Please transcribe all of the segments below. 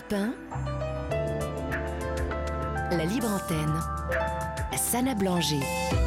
Europe 1, la libre antenne, Sana Blanger.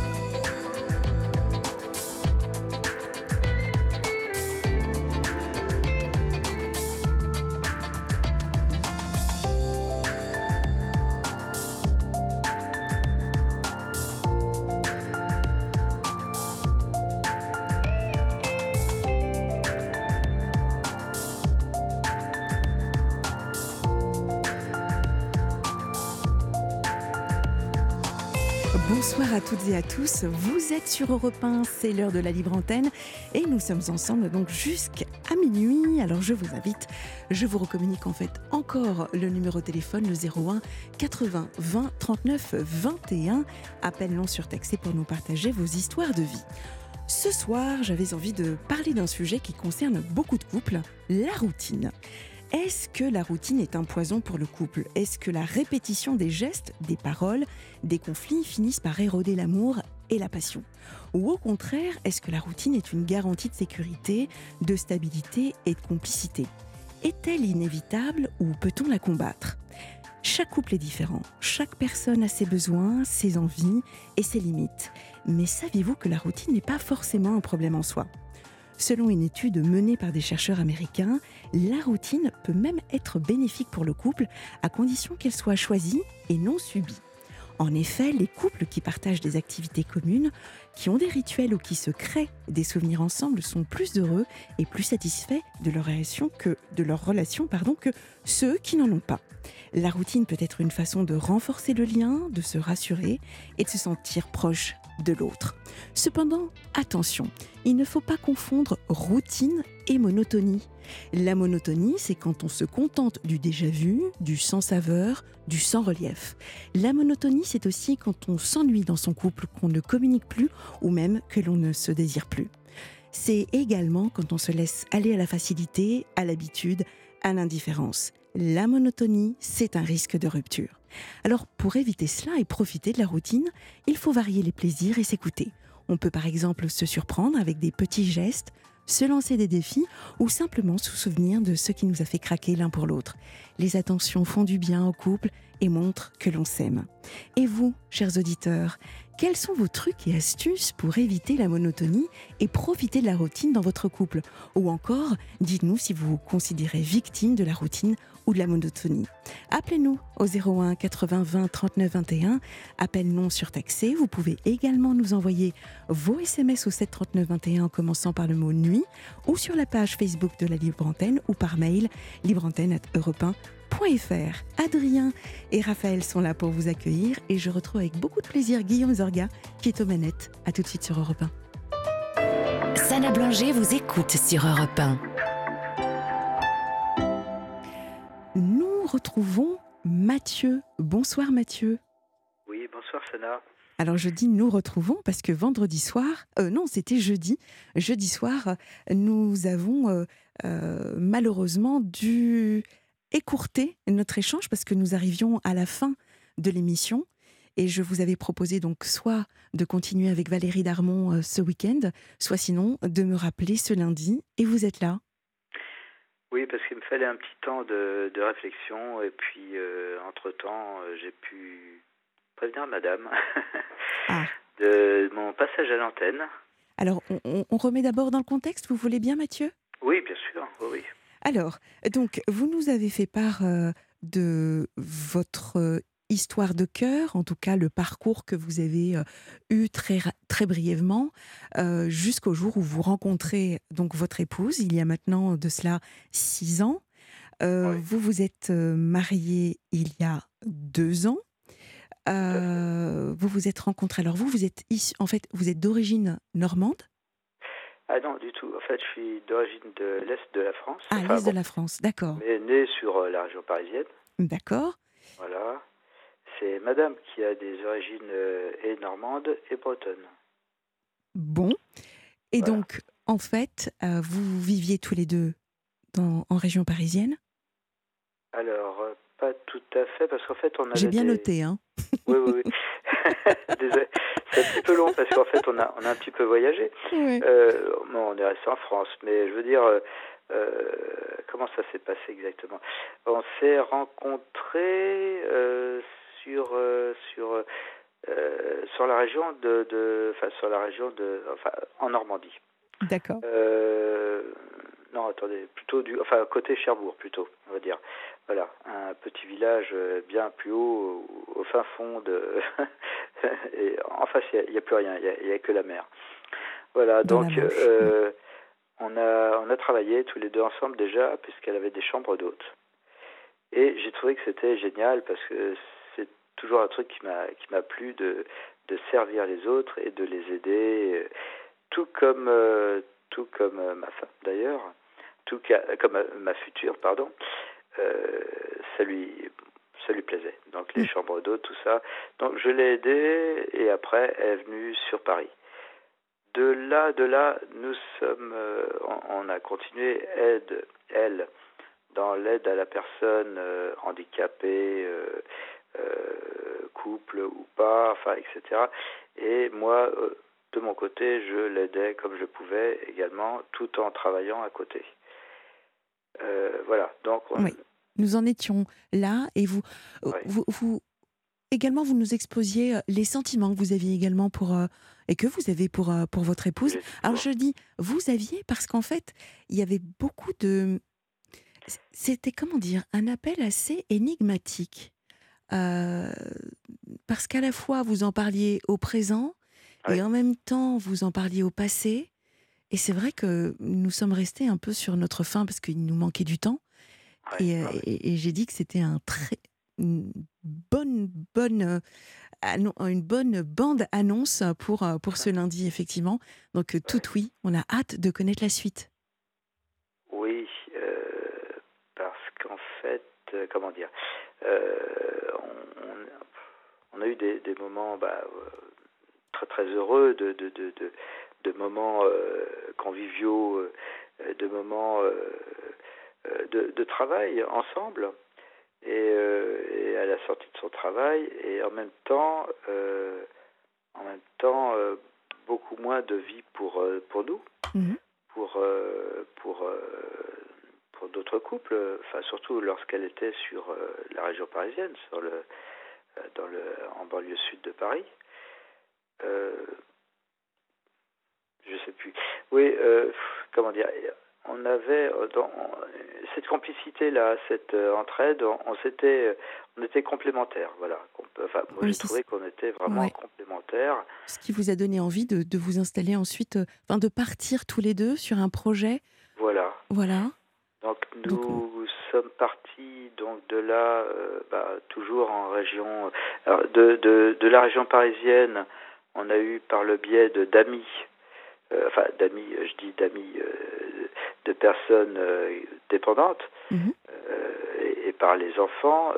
Bonsoir à toutes et à tous, vous êtes sur Europe 1, c'est l'heure de la libre antenne et nous sommes ensemble donc jusqu'à minuit. Alors je vous invite, je vous recommunique en fait encore le numéro de téléphone, le 01 80 20 39 21, appel non surtaxé pour nous partager vos histoires de vie. Ce soir, j'avais envie de parler d'un sujet qui concerne beaucoup de couples, la routine. Est-ce que la routine est un poison pour le couple ? Est-ce que la répétition des gestes, des paroles, des conflits finissent par éroder l'amour et la passion ? Ou au contraire, est-ce que la routine est une garantie de sécurité, de stabilité et de complicité ? Est-elle inévitable ou peut-on la combattre ? Chaque couple est différent, chaque personne a ses besoins, ses envies et ses limites. Mais saviez-vous que la routine n'est pas forcément un problème en soi ? Selon une étude menée par des chercheurs américains, la routine peut même être bénéfique pour le couple à condition qu'elle soit choisie et non subie. En effet, les couples qui partagent des activités communes, qui ont des rituels ou qui se créent des souvenirs ensemble sont plus heureux et plus satisfaits de leur relation que ceux qui n'en ont pas. La routine peut être une façon de renforcer le lien, de se rassurer et de se sentir proche de l'autre. Cependant, attention, il ne faut pas confondre routine et monotonie. La monotonie, c'est quand on se contente du déjà vu, du sans saveur, du sans relief. La monotonie, c'est aussi quand on s'ennuie dans son couple, qu'on ne communique plus ou même que l'on ne se désire plus. C'est également quand on se laisse aller à la facilité, à l'habitude, à l'indifférence. La monotonie, c'est un risque de rupture. Alors, pour éviter cela et profiter de la routine, il faut varier les plaisirs et s'écouter. On peut par exemple se surprendre avec des petits gestes, se lancer des défis ou simplement se souvenir de ce qui nous a fait craquer l'un pour l'autre. Les attentions font du bien au couple et montrent que l'on s'aime. Et vous, chers auditeurs, quels sont vos trucs et astuces pour éviter la monotonie et profiter de la routine dans votre couple ? Ou encore, dites-nous si vous vous considérez victime de la routine ou de la monotonie. Appelez-nous au 01 80 20 39 21, appel non surtaxé. Vous pouvez également nous envoyer vos SMS au 7 39 21 en commençant par le mot nuit ou sur la page Facebook de la Libre Antenne ou par mail libreantenne@europe1.fr. Adrien et Raphaël sont là pour vous accueillir et je retrouve avec beaucoup de plaisir Guillaume Zorga qui est aux manettes. À tout de suite sur Europe 1. Sana Blanger vous écoute sur Europe 1. Nous retrouvons Mathieu. Bonsoir Mathieu. Oui, bonsoir Sana. Alors je dis nous retrouvons parce que vendredi soir, c'était jeudi soir, nous avons malheureusement dû écourter notre échange parce que nous arrivions à la fin de l'émission et je vous avais proposé donc soit de continuer avec Valérie Darmon ce week-end, soit sinon de me rappeler ce lundi et vous êtes là. Oui, parce qu'il me fallait un petit temps de réflexion et puis entre-temps j'ai pu prévenir madame de mon passage à l'antenne. Alors on remet d'abord dans le contexte, vous voulez bien Mathieu ? Oui, bien sûr, oui. Alors, donc, vous nous avez fait part de votre histoire de cœur, en tout cas le parcours que vous avez eu très brièvement, jusqu'au jour où vous rencontrez donc votre épouse, il y a maintenant de cela 6 ans. Oui. Vous vous êtes mariés il y a 2 ans. Vous vous êtes rencontrés. Alors vous êtes vous êtes d'origine normande ? Ah non, du tout. En fait, je suis d'origine de l'Est de la France. Ah, l'Est de la France, d'accord. Mais né sur la région parisienne. D'accord. Voilà. C'est madame qui a des origines et normandes et bretonnes. Bon. Et voilà. Donc, en fait, vous viviez tous les deux en région parisienne ? Alors, pas tout à fait, parce qu'en fait, on avait J'ai bien noté, hein. Oui. Désolé. C'est un petit peu long, parce qu'en fait, on a un petit peu voyagé. Ouais. On est resté en France, mais je veux dire, comment ça s'est passé exactement? On s'est rencontrés sur la région en Normandie. D'accord. Non, attendez, plutôt côté Cherbourg, plutôt, on va dire. Voilà, un petit village bien plus haut, au fin fond de... Et en face, il y a plus rien, il y a que la mer. Voilà, Dans donc la Manche. on a travaillé tous les deux ensemble déjà, puisqu'elle avait des chambres d'hôtes. Et j'ai trouvé que c'était génial, parce que c'est toujours un truc qui m'a plu de servir les autres et de les aider, tout comme ma femme d'ailleurs, comme ma future, pardon. Ça lui plaisait. Donc les chambres d'hôtes, tout ça. Donc je l'ai aidée et après elle est venue sur Paris. De là, nous sommes, on a continué elle, dans l'aide à la personne handicapée, couple ou pas, enfin, etc. Et moi, de mon côté, je l'aidais comme je pouvais également, tout en travaillant à côté. Voilà, donc... Oui, nous en étions là et vous, Oui. vous également, vous nous exposiez les sentiments que vous aviez également et que vous avez pour votre épouse. Alors je dis vous aviez parce qu'en fait, il y avait beaucoup de... C'était, comment dire, un appel assez énigmatique. Parce qu'à la fois, vous en parliez au présent et en même temps, vous en parliez au passé. Et c'est vrai que nous sommes restés un peu sur notre faim parce qu'il nous manquait du temps. Et j'ai dit que c'était une bonne bande-annonce pour ce lundi, effectivement. Donc, tout oui, on a hâte de connaître la suite. Oui, parce qu'en fait, comment dire, on a eu des moments très très heureux, de moments conviviaux, de moments de travail ensemble. Et à la sortie de son travail, et en même temps beaucoup moins de vie pour nous, Mmh. pour d'autres couples, enfin surtout lorsqu'elle était sur la région parisienne, en banlieue sud de Paris. Je sais plus. Oui, comment dire, on avait cette complicité-là, cette entraide, on était complémentaires, voilà. Enfin, moi j'ai trouvé qu'on était vraiment complémentaires. Ce qui vous a donné envie de vous installer ensuite, de partir tous les deux sur un projet. Voilà. Voilà. Donc nous sommes partis donc de là, toujours en région, alors de la région parisienne. On a eu par le biais d'amis. Je dis d'amis, de personnes dépendantes, et par les enfants,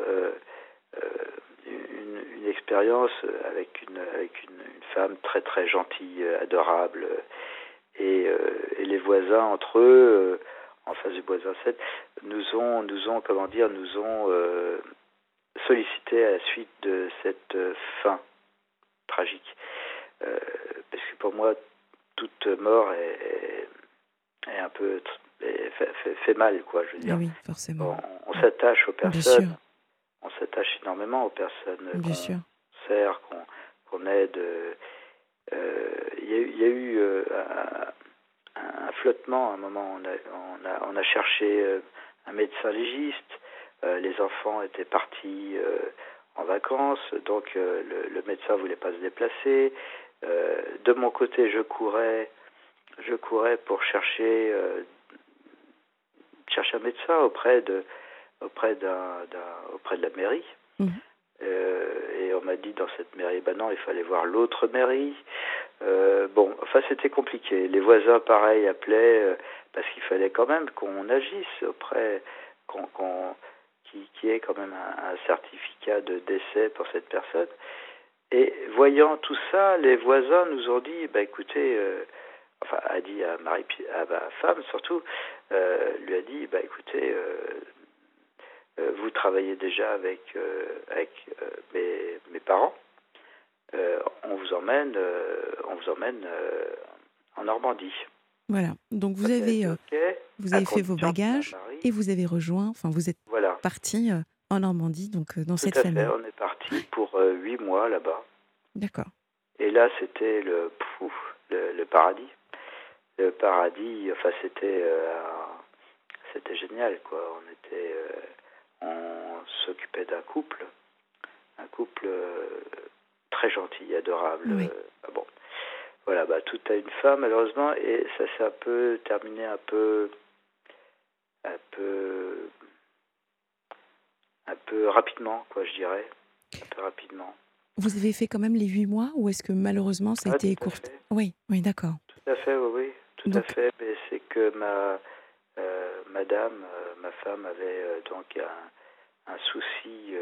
une expérience avec une femme très très gentille, adorable, et les voisins entre eux, en face du bois 7, nous ont sollicité à la suite de cette fin tragique, parce que pour moi toute mort est un peu fait mal, quoi. Je veux dire, oui, forcément. On s'attache aux personnes. Bien sûr. On s'attache énormément aux personnes Bien sûr. sert, qu'on aide. Il y a eu un flottement à un moment. On a cherché un médecin légiste. Les enfants étaient partis en vacances, donc le médecin voulait pas se déplacer. De mon côté, je courais pour chercher un médecin auprès de la mairie. Et on m'a dit dans cette mairie, non, il fallait voir l'autre mairie. C'était compliqué. Les voisins, pareil, appelaient parce qu'il fallait quand même qu'on agisse auprès, qu'il y ait quand même un certificat de décès pour cette personne. Et voyant tout ça, les voisins nous ont dit, écoutez, a dit à ma femme surtout, lui a dit, écoutez, vous travaillez déjà avec mes parents, on vous emmène en Normandie. Voilà, donc vous avez... Vous avez fait vos bagages et vous avez rejoint, enfin vous êtes parti en Normandie, donc dans cette famille. Tout à fait, on est parti pour 8 mois là-bas. D'accord. Et là, c'était le paradis. Le paradis, enfin c'était génial, quoi. On s'occupait d'un couple très gentil, adorable. Oui. Bon, voilà, tout a une fin malheureusement, et ça s'est un peu terminé un peu rapidement, quoi, je dirais, un peu rapidement. Vous avez fait quand même les 8 mois, ou est-ce que malheureusement ça a été court? Oui, d'accord. Tout à fait, oui, tout à fait. Mais c'est que madame, ma femme, avait donc un souci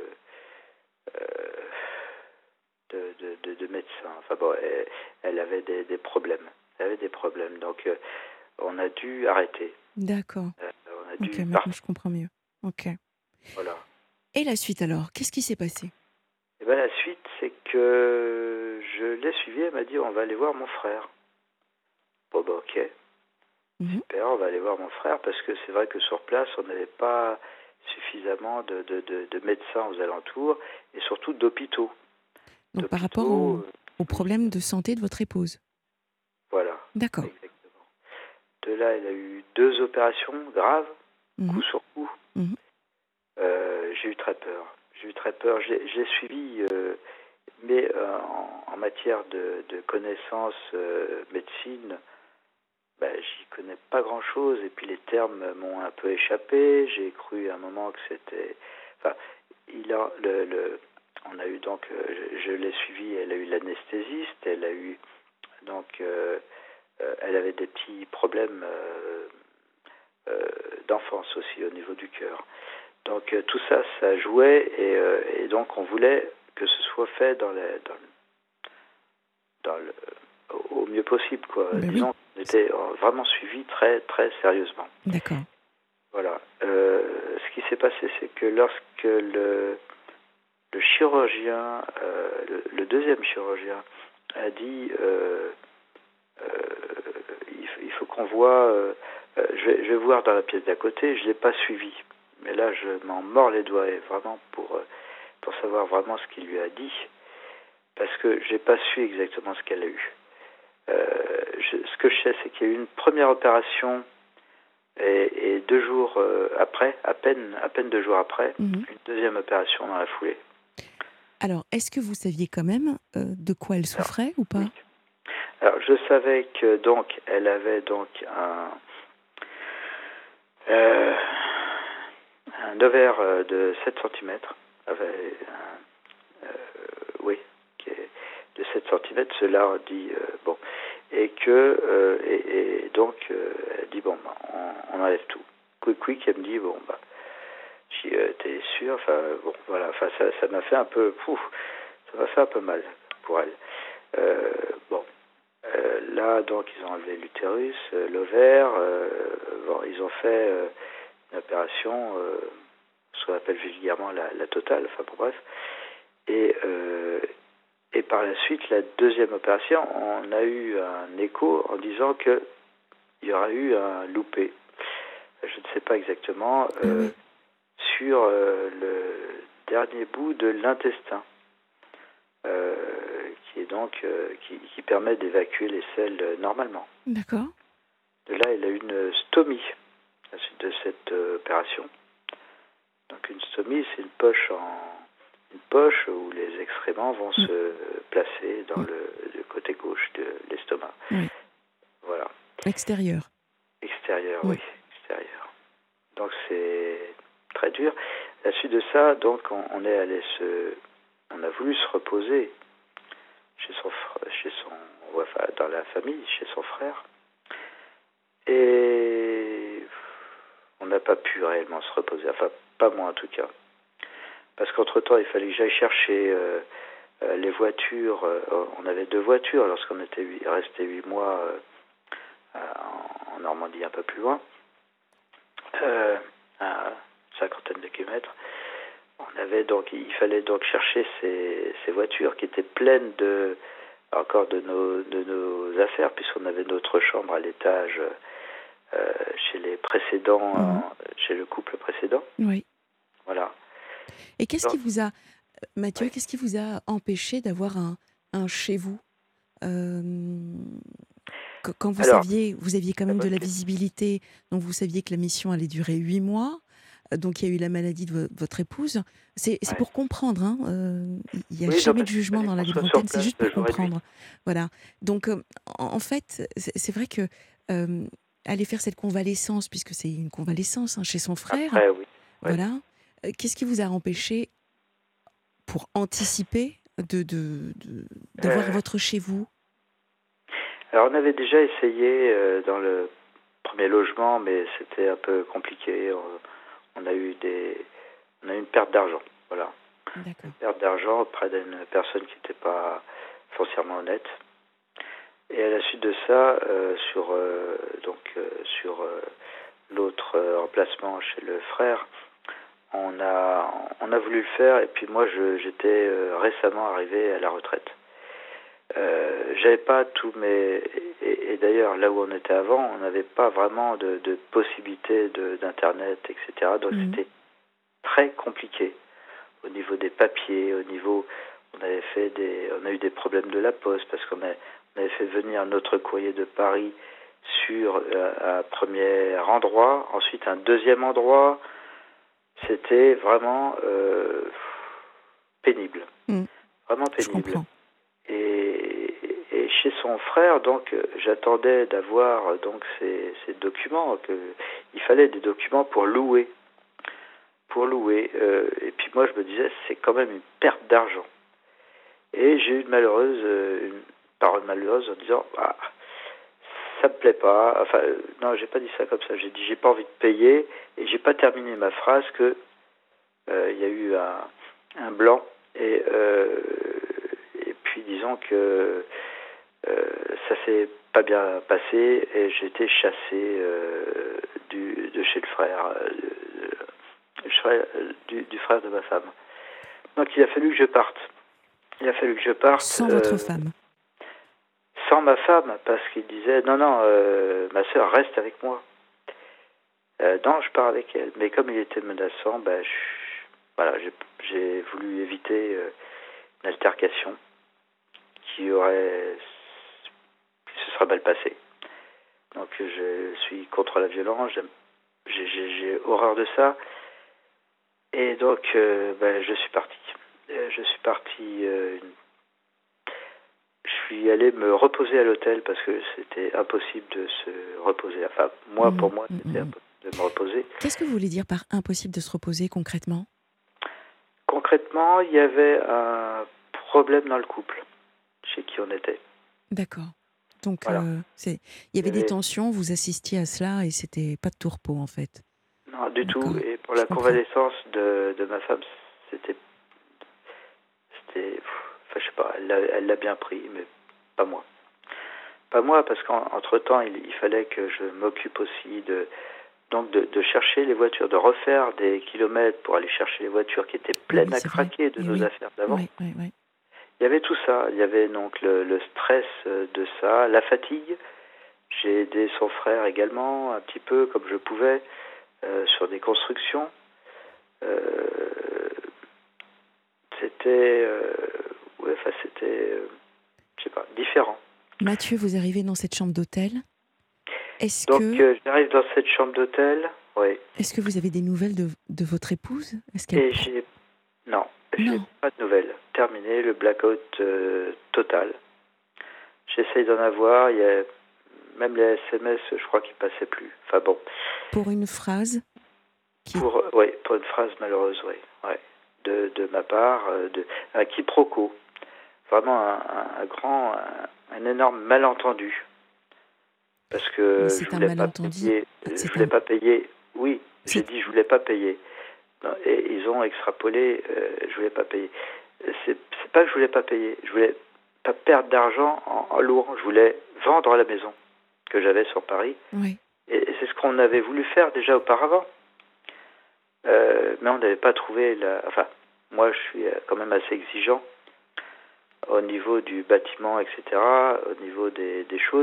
de médecin. Enfin bon, elle avait des problèmes. Donc on a dû arrêter. D'accord. Ok, maintenant je comprends mieux. Ok. Voilà. Et la suite alors, qu'est-ce qui s'est passé? Et la suite, c'est que je l'ai suivie. Elle m'a dit, on va aller voir mon frère. Bon, ok. Super, on va aller voir mon frère, parce que c'est vrai que sur place, on n'avait pas suffisamment de médecins aux alentours, et surtout d'hôpitaux. Donc par rapport au problème de santé de votre épouse. Voilà. D'accord. Exactement. De là, elle a eu 2 opérations graves, coup sur coup. J'ai eu très peur. Je l'ai suivi, mais en matière de connaissances médecine, j'y connais pas grand-chose, et puis les termes m'ont un peu échappé. J'ai cru à un moment que c'était... Enfin, on a eu donc... je l'ai suivi, elle a eu l'anesthésiste, elle a eu... Donc, elle avait des petits problèmes d'enfance aussi au niveau du cœur. Donc tout ça, ça jouait, et donc on voulait que ce soit fait au mieux possible, quoi. Disons qu'on était vraiment suivi très très sérieusement. D'accord. Voilà. Ce qui s'est passé, c'est que lorsque le chirurgien, le deuxième chirurgien, a dit il faut qu'on voit, je vais voir dans la pièce d'à côté, je ne l'ai pas suivi. Mais là, je m'en mords les doigts, et vraiment pour savoir vraiment ce qu'il lui a dit, parce que j'ai pas su exactement ce qu'elle a eu. Ce que je sais, c'est qu'il y a eu une première opération, et 2 jours après, à peine 2 jours après, une deuxième opération dans la foulée. Alors, est-ce que vous saviez quand même de quoi elle souffrait ou pas? Oui. Alors, je savais que donc elle avait donc un ovaire de 7 cm, qui est de 7 cm, cela on dit, bon, et que, et donc, elle dit, bon, on enlève tout. Quick, elle me dit, bon, t'es sûr? Enfin, bon, voilà, enfin, ça m'a fait un peu, ça m'a fait un peu mal pour elle. Bon. Là, donc, ils ont enlevé l'utérus, l'ovaire, ils ont fait une opération, ce qu'on appelle vulgairement la totale, enfin bon, bref. Et par la suite, la deuxième opération, on a eu un écho en disant qu'il y aura eu un loupé. Je ne sais pas exactement, sur le dernier bout de l'intestin. Qui est donc qui permet d'évacuer les selles normalement. D'accord. De là, il a eu une stomie à la suite de cette opération. Donc une stomie, c'est une poche où les excréments vont se placer dans le côté gauche de l'estomac. Oui. Voilà. Extérieur. Extérieur, oui, extérieur. Donc c'est très dur. À la suite de ça, donc on a voulu se reposer dans la famille, chez son frère, et on n'a pas pu réellement se reposer, enfin pas moi en tout cas, parce qu'entre-temps il fallait que j'aille chercher les voitures. On avait 2 voitures lorsqu'on était resté 8 mois en Normandie, un peu plus loin, à 50aine de kilomètres. Il fallait donc chercher ces voitures qui étaient pleines encore de nos affaires, puisqu'on avait notre chambre à l'étage chez les précédents, chez le couple précédent. Oui. Voilà. Et qu'est-ce qui vous a, Mathieu, qu'est-ce qui vous a empêché d'avoir un chez vous quand vous aviez quand même de la visibilité, donc vous saviez que la mission allait durer 8 mois, donc il y a eu la maladie de votre épouse. C'est pour comprendre, hein, il n'y a jamais de jugement dans la libre antenne, c'est juste pour comprendre. Voilà. Donc en fait, c'est vrai que aller faire cette convalescence, puisque c'est une convalescence chez son frère, après, oui. voilà. Qu'est-ce qui vous a empêché, pour anticiper, d'avoir votre chez vous? Alors on avait déjà essayé dans le premier logement, mais c'était un peu compliqué. On a eu une perte d'argent, voilà. D'accord. Une perte d'argent auprès d'une personne qui n'était pas foncièrement honnête. Et à la suite de ça, sur l'autre emplacement chez le frère, on a voulu le faire. Et puis moi, j'étais récemment arrivé à la retraite. J'avais pas tous mes... Et d'ailleurs, là où on était avant, on n'avait pas vraiment de possibilités d'internet, etc. Donc c'était très compliqué au niveau des papiers, au niveau... On a eu des problèmes de la poste parce qu'on avait fait venir notre courrier de Paris sur un premier endroit, ensuite un deuxième endroit. C'était vraiment pénible. Vraiment pénible. Je comprends. Et chez son frère, donc, j'attendais d'avoir donc ces documents. Il fallait des documents pour louer. Et puis moi, je me disais, c'est quand même une perte d'argent. Et j'ai eu une parole malheureuse en disant, ça me plaît pas. Enfin, non, j'ai pas dit ça comme ça. J'ai dit, j'ai pas envie de payer. Et j'ai pas terminé ma phrase que il y a eu un blanc. Et puis disons que ça s'est pas bien passé et j'ai été chassé de chez le frère, du frère de ma femme. Donc il a fallu que je parte. Sans votre femme. Sans ma femme, parce qu'il disait non, ma sœur reste avec moi. Non, je pars avec elle. Mais comme il était menaçant, j'ai voulu éviter une altercation qui se serait mal passée. Donc je suis contre la violence, j'ai horreur de ça. Et donc je suis parti. Je suis allé me reposer à l'hôtel parce que c'était impossible de se reposer. Enfin, pour moi, c'était impossible de me reposer. Qu'est-ce que vous voulez dire par impossible de se reposer concrètement ? Concrètement, il y avait un problème dans le couple chez qui on était. D'accord. Donc, voilà. Il y avait des tensions, vous assistiez à cela et c'était pas de tout repos en fait. Non, du tout. Et pour la convalescence de ma femme, c'était, je sais pas, elle l'a bien pris, mais pas moi. Pas moi, parce qu'entre-temps, il fallait que je m'occupe aussi de chercher les voitures, de refaire des kilomètres pour aller chercher les voitures qui étaient pleines à craquer de nos affaires d'avant. Oui. Il y avait tout ça. Il y avait donc le stress de ça, la fatigue. J'ai aidé son frère également, un petit peu comme je pouvais, sur des constructions. C'était je sais pas, différent. Mathieu, vous arrivez dans cette chambre d'hôtel. J'arrive dans cette chambre d'hôtel, oui. Est-ce que vous avez des nouvelles de votre épouse ? Non, j'ai pas de nouvelles. Terminé, le blackout total. J'essaye d'en avoir, il y a même les SMS, je crois qu'ils passaient plus. Enfin bon. Pour une phrase pour une phrase malheureuse, oui. Ouais. De ma part, un quiproquo. Vraiment un énorme malentendu. Parce que je voulais pas payer. Oui, j'ai dit je voulais pas payer. Non, et ils ont extrapolé, je voulais pas payer. C'est pas que je voulais pas payer, je voulais pas perdre d'argent en louant. Je voulais vendre la maison que j'avais sur Paris. Oui. Et c'est ce qu'on avait voulu faire déjà auparavant. Mais on n'avait pas trouvé Enfin, moi je suis quand même assez exigeant au niveau du bâtiment, etc., au niveau des choses.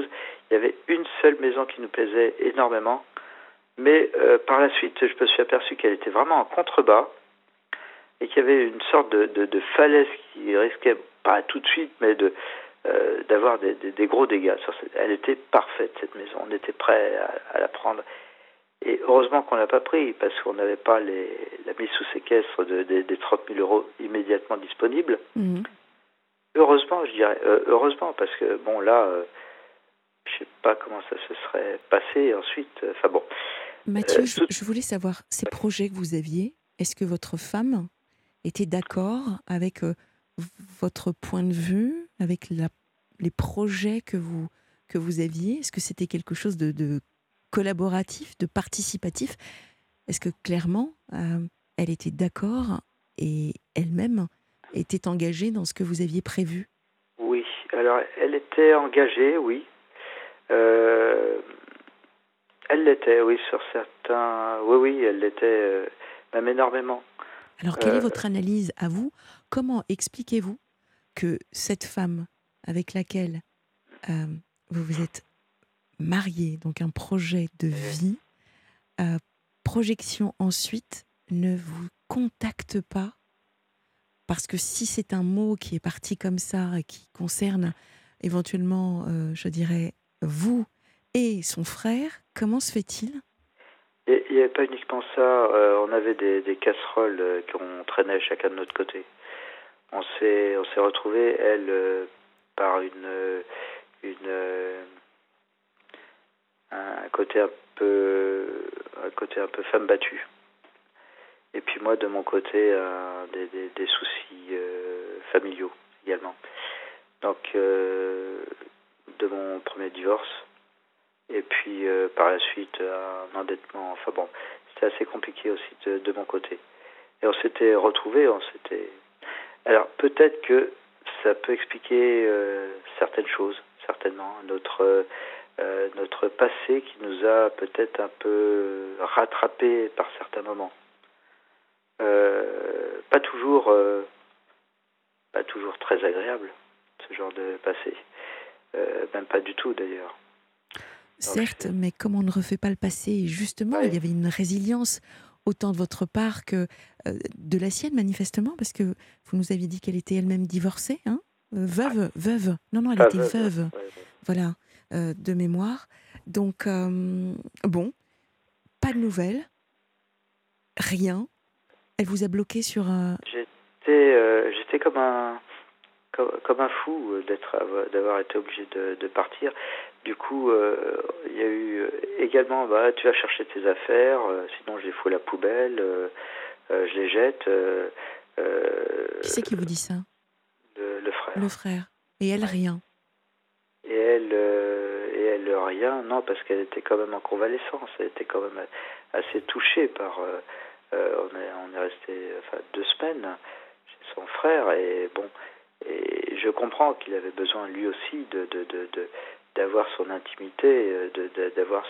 Il y avait une seule maison qui nous plaisait énormément, mais par la suite, je me suis aperçu qu'elle était vraiment en contrebas et qu'il y avait une sorte de falaise qui risquait, pas tout de suite, mais d'avoir des gros dégâts. Elle était parfaite, cette maison. On était prêt à la prendre. Et heureusement qu'on ne l'a pas pris, parce qu'on n'avait pas la mise sous séquestre des 30 000 euros immédiatement disponibles. Mmh. Heureusement, je dirais. Heureusement, parce que, bon, là, je ne sais pas comment ça se serait passé ensuite. Enfin bon. Mathieu, je voulais savoir, ces projets que vous aviez, est-ce que votre femme était d'accord avec votre point de vue, avec les projets que vous aviez? Est-ce que c'était quelque chose de collaboratif, de participatif? Est-ce que clairement, elle était d'accord et elle-même était engagée dans ce que vous aviez prévu? Oui, alors elle était engagée, oui. Elle l'était, oui, sur certains... Oui, elle l'était, même énormément. Alors, quelle est votre analyse à vous? Comment expliquez-vous que cette femme avec laquelle vous vous êtes marié, donc un projet de vie, projection ensuite, ne vous contacte pas? Parce que si c'est un mot qui est parti comme ça et qui concerne éventuellement, je dirais, vous et son frère, comment se fait-il? Il n'y avait pas uniquement ça, on avait des casseroles qu'on traînait chacun de notre côté. On s'est retrouvés, elle, par un côté un peu femme battue. Et puis moi, de mon côté, des soucis familiaux également. Donc, de mon premier divorce. Et puis, par la suite, un endettement. Enfin bon, c'était assez compliqué aussi de mon côté. Et on s'était retrouvés, Alors, peut-être que ça peut expliquer certaines choses, certainement. Notre passé qui nous a peut-être un peu rattrapés par certains moments. Pas toujours très agréable, ce genre de passé. Même pas du tout, d'ailleurs. Certes, mais comme on ne refait pas le passé, justement, il y avait une résilience autant de votre part que de la sienne, manifestement, parce que vous nous aviez dit qu'elle était elle-même divorcée, hein, veuve. Non, elle était veuve. Voilà, de mémoire. Donc, bon, pas de nouvelles, rien. Elle vous a bloqué sur... J'étais comme un fou d'avoir été obligé de partir. Du coup, il y a eu également, tu vas chercher tes affaires, sinon je les fous à la poubelle, je les jette. Qui c'est qui vous dit ça? Le frère. Le frère. Et elle, rien. Et elle, rien, non, parce qu'elle était quand même en convalescence. Elle était quand même assez touchée par... on est resté 2 semaines chez son frère, et bon... Et je comprends qu'il avait besoin lui aussi d'avoir son intimité, d'avoir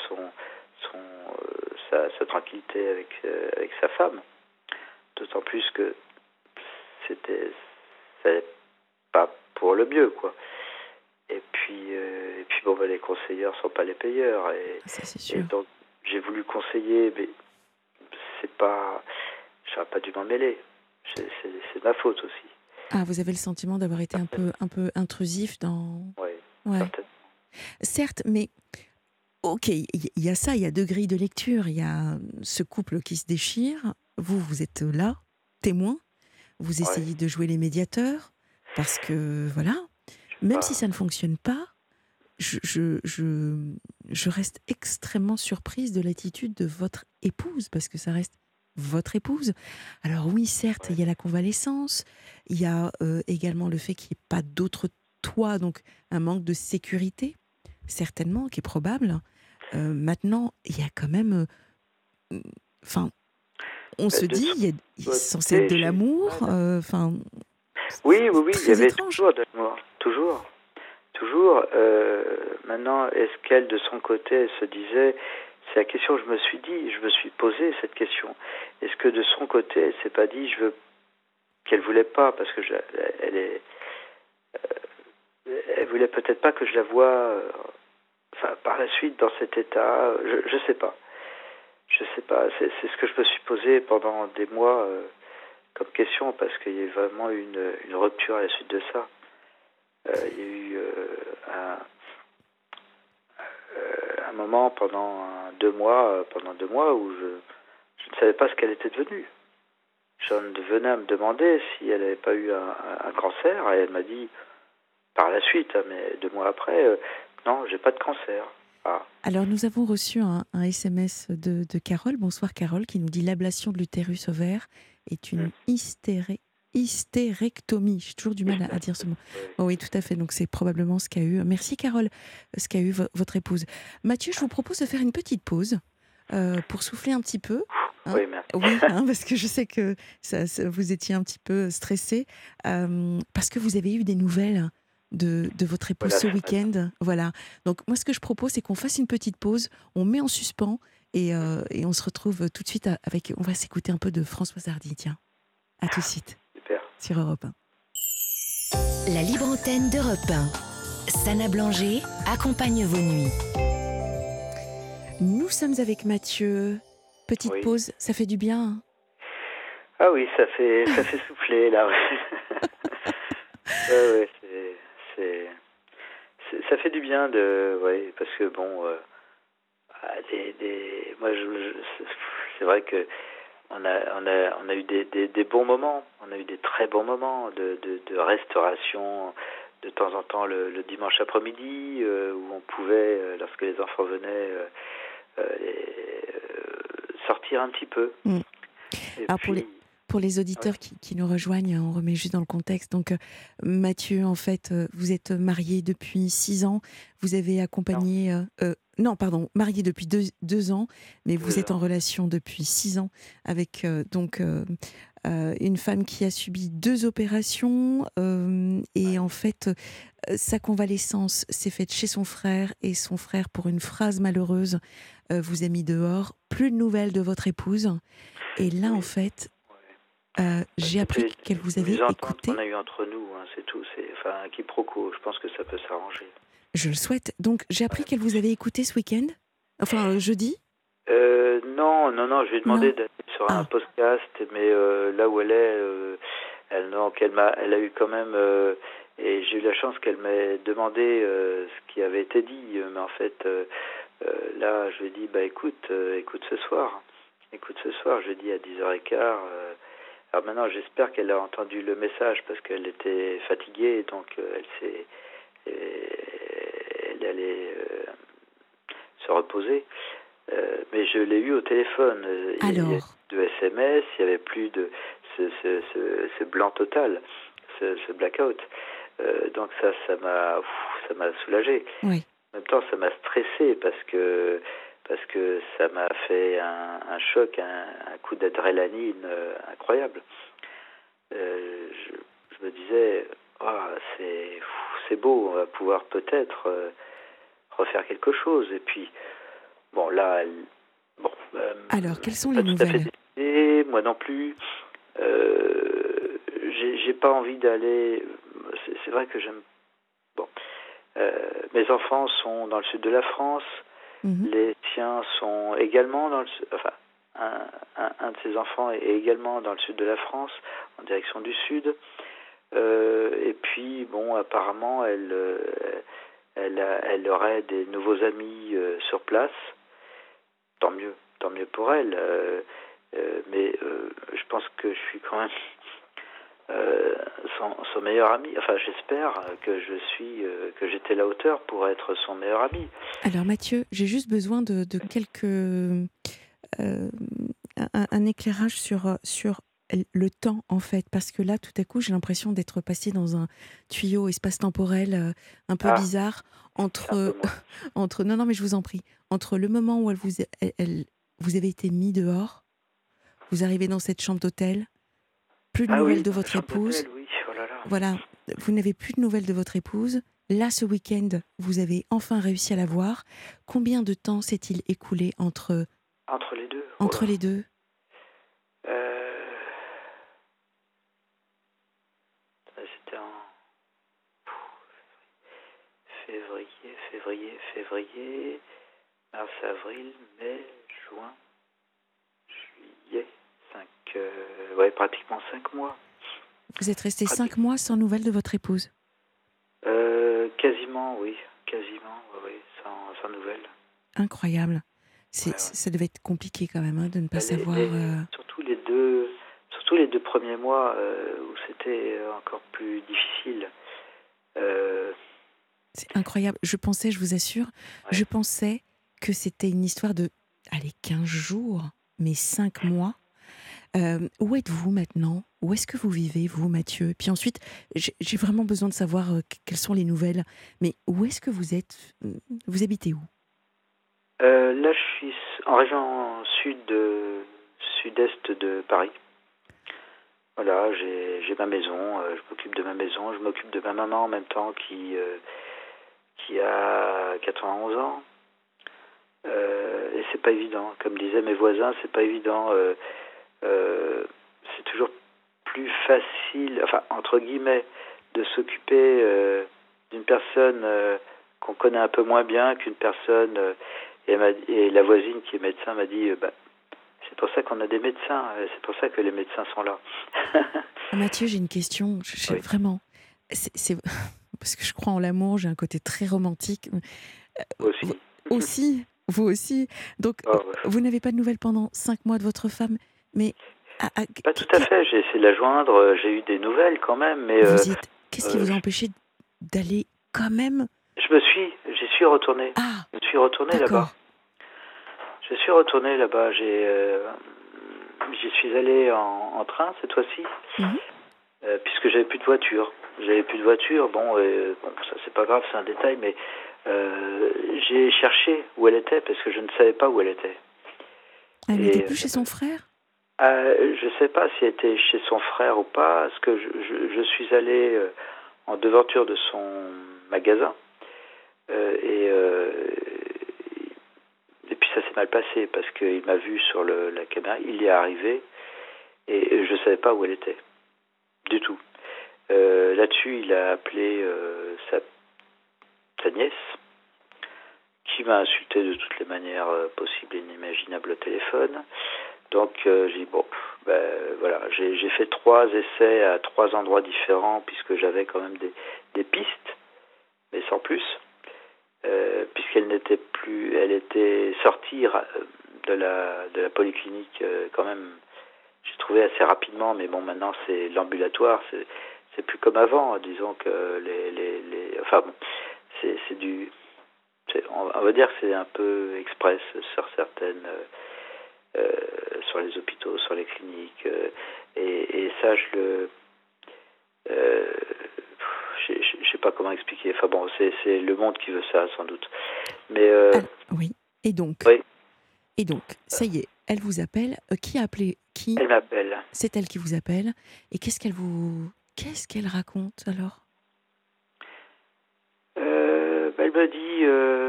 sa tranquillité avec sa femme. D'autant plus que c'était pas pour le mieux, quoi. Et puis bon, les conseilleurs sont pas les payeurs, ça, c'est sûr. Et donc j'ai voulu conseiller, mais j'aurais pas dû m'en mêler. C'est ma faute aussi. Ah, vous avez le sentiment d'avoir été un peu intrusif dans... Oui, certainement. Certes, mais ok, il y a ça, il y a 2 grilles de lecture. Il y a ce couple qui se déchire. Vous êtes là, témoin. Vous essayez de jouer les médiateurs parce que, voilà, même si ça ne fonctionne pas, je reste extrêmement surprise de l'attitude de votre épouse, parce que ça reste votre épouse. Alors oui, certes, il y a la convalescence, il y a également le fait qu'il n'y ait pas d'autre toit, donc un manque de sécurité, certainement, qui est probable. Maintenant, il y a quand même... on se dit, il y a censé être de l'amour, Oui, il y avait étrange. toujours de l'amour, toujours. Maintenant, est-ce qu'elle, de son côté, elle se disait... C'est la question que je me suis posé cette question. Est-ce que de son côté, elle s'est pas dit, qu'elle voulait pas, parce que elle voulait peut-être pas que je la voie enfin, par la suite, dans cet état, je sais pas. Je sais pas. C'est ce que je me suis posé pendant des mois comme question, parce qu'il y a eu vraiment une rupture à la suite de ça. Il y a eu un moment pendant 2 mois, où je ne savais pas ce qu'elle était devenue. J'en venais à me demander si elle n'avait pas eu un cancer, et elle m'a dit par la suite, mais 2 mois après, non, j'ai pas de cancer. Ah. Alors, nous avons reçu un SMS de Carole. Bonsoir Carole, qui nous dit: l'ablation de l'utérus ovaire est une hystérectomie. J'ai toujours du mal à dire ce mot. Oh oui, tout à fait. Donc, c'est probablement ce qu'a eu. Merci Carole, ce qu'a eu votre épouse. Mathieu, je vous propose de faire une petite pause pour souffler un petit peu. Hein, oui, merci. Oui, parce que je sais que vous étiez un petit peu stressé, parce que vous avez eu des nouvelles de votre épouse ce week-end. Voilà. Donc moi, ce que je propose, c'est qu'on fasse une petite pause, on met en suspens et on se retrouve tout de suite avec... On va s'écouter un peu de Françoise Hardy, tiens. À tout de suite. Super. Sur Europe 1. La libre antenne d'Europe 1. Sana Blanger accompagne vos nuits. Nous sommes avec Mathieu. Petite pause, ça fait du bien, hein? Ah oui, ça fait souffler, là. Ouais, ça fait du bien parce que bon, moi, c'est vrai que on a eu des bons moments, on a eu des très bons moments de restauration de temps en temps le dimanche après-midi, où on pouvait, lorsque les enfants venaient, sortir un petit peu. Alors pour les auditeurs qui nous rejoignent, on remet juste dans le contexte. Donc Mathieu, en fait, vous êtes marié depuis 6 ans. Vous avez accompagné... marié depuis 2 ans, mais vous êtes en relation depuis 6 ans avec une femme qui a subi 2 opérations. Et en fait, sa convalescence s'est faite chez son frère, et son frère, pour une phrase malheureuse, vous a mis dehors. Plus de nouvelles de votre épouse. Et là, en fait, j'ai appris qu'elle vous avait écouté. Qu'on a eu entre nous, hein, c'est tout. C'est un quiproquo. Je pense que ça peut s'arranger. Je le souhaite. Donc, j'ai appris qu'elle vous avait écouté ce week-end. Enfin, jeudi. Non. Je lui ai demandé d'aller sur un podcast, mais là où elle est, elle a eu quand même. Et j'ai eu la chance qu'elle m'ait demandé ce qui avait été dit. Mais en fait, là, je lui ai dit, écoute ce soir. Écoute ce soir, jeudi à 10h15. Alors maintenant, j'espère qu'elle a entendu le message, parce qu'elle était fatiguée, donc elle allait se reposer. Mais je l'ai eu au téléphone. Il y avait de SMS, il n'y avait plus de ce blanc total, ce blackout. Donc ça m'a soulagé. Oui. En même temps, ça m'a stressé, parce que ça m'a fait un choc, un coup d'adrénaline incroyable. Je me disais, c'est beau, on va pouvoir peut-être refaire quelque chose. Et puis, bon, là, alors, quelles sont les nouvelles? Moi non plus. J'ai pas envie d'aller. C'est vrai que j'aime. Bon, mes enfants sont dans le sud de la France. Les siens sont également dans le sud. Enfin, un de ses enfants est également dans le sud de la France, en direction du sud. Et puis, bon, apparemment, elle aurait des nouveaux amis sur place. Tant mieux pour elle. Mais je pense que je suis quand même son meilleur ami. Enfin, j'espère que j'étais à la hauteur pour être son meilleur ami. Alors Mathieu, j'ai juste besoin de quelques un éclairage sur le temps, en fait, parce que là, tout à coup, j'ai l'impression d'être passée dans un tuyau espace-temporel un peu bizarre entre non, mais je vous en prie, entre le moment où vous avez été mis dehors, vous arrivez dans cette chambre d'hôtel, plus de nouvelles de votre épouse. Oui. Oh là là. Voilà, vous n'avez plus de nouvelles de votre épouse. Là, ce week-end, vous avez enfin réussi à la voir. Combien de temps s'est-il écoulé entre les deux? Entre les deux? C'était en février, février, mars, avril, mai, juin, juillet, pratiquement 5 mois. Vous êtes resté 5 mois sans nouvelles de votre épouse? Quasiment, oui, sans nouvelles. Incroyable. Ça devait être compliqué quand même de ne pas savoir... Surtout les deux premiers mois où c'était encore plus difficile. C'est incroyable. Je vous assure, je pensais que c'était une histoire de 15 jours, mais 5 mois. Où êtes-vous maintenant? Où est-ce que vous vivez, vous, Mathieu? Puis ensuite, j'ai vraiment besoin de savoir quelles sont les nouvelles. Mais où est-ce que vous êtes? Vous habitez où? Là, je suis en région sud-est de Paris. Voilà, j'ai ma maison, je m'occupe de ma maison, je m'occupe de ma maman en même temps qui a 91 ans. Et c'est pas évident. Comme disaient mes voisins, c'est pas évident. C'est toujours plus facile, enfin, entre guillemets, de s'occuper d'une personne qu'on connaît un peu moins bien qu'une personne... et la voisine qui est médecin m'a dit c'est pour ça qu'on a des médecins, c'est pour ça que les médecins sont là. Mathieu, j'ai une question, Oui. Vraiment, c'est parce que je crois en l'amour, j'ai un côté très romantique. Vous aussi. Donc, vous n'avez pas de nouvelles pendant 5 mois de votre femme, mais... Pas tout à fait, j'ai essayé de la joindre, j'ai eu des nouvelles quand même, mais... Qu'est-ce qui vous a empêché d'aller quand même? J'y suis retourné. Je suis retourné là-bas. Je suis retourné là-bas. J'y suis allé en train cette fois-ci, puisque j'avais plus de voiture. Bon, ça c'est pas grave, c'est un détail, mais j'ai cherché où elle était parce que je ne savais pas où elle était. Elle n'était plus chez son frère? Je sais pas si elle était chez son frère ou pas, parce que je suis allé en devanture de son magasin. Et puis ça s'est mal passé parce qu'il m'a vu sur la caméra, il y est arrivé et je ne savais pas où elle était, du tout. Là-dessus, il a appelé sa nièce, qui m'a insulté de toutes les manières possibles et inimaginables au téléphone. Donc j'ai dit voilà, j'ai fait 3 essais à 3 endroits différents puisque j'avais quand même des pistes, mais sans plus. Puisqu'elle n'était plus, elle était sortie de la polyclinique quand même. J'ai trouvé assez rapidement, mais bon, maintenant c'est l'ambulatoire, c'est plus comme avant. Disons que on va dire que c'est un peu express sur certaines, sur les hôpitaux, sur les cliniques, et ça je sais pas comment expliquer. Enfin bon, c'est le monde qui veut ça, sans doute. Mais oui. Et donc, ça y est, elle vous appelle. Qui a appelé qui? Elle m'appelle. C'est elle qui vous appelle. Et qu'est-ce qu'elle raconte alors? Elle me dit,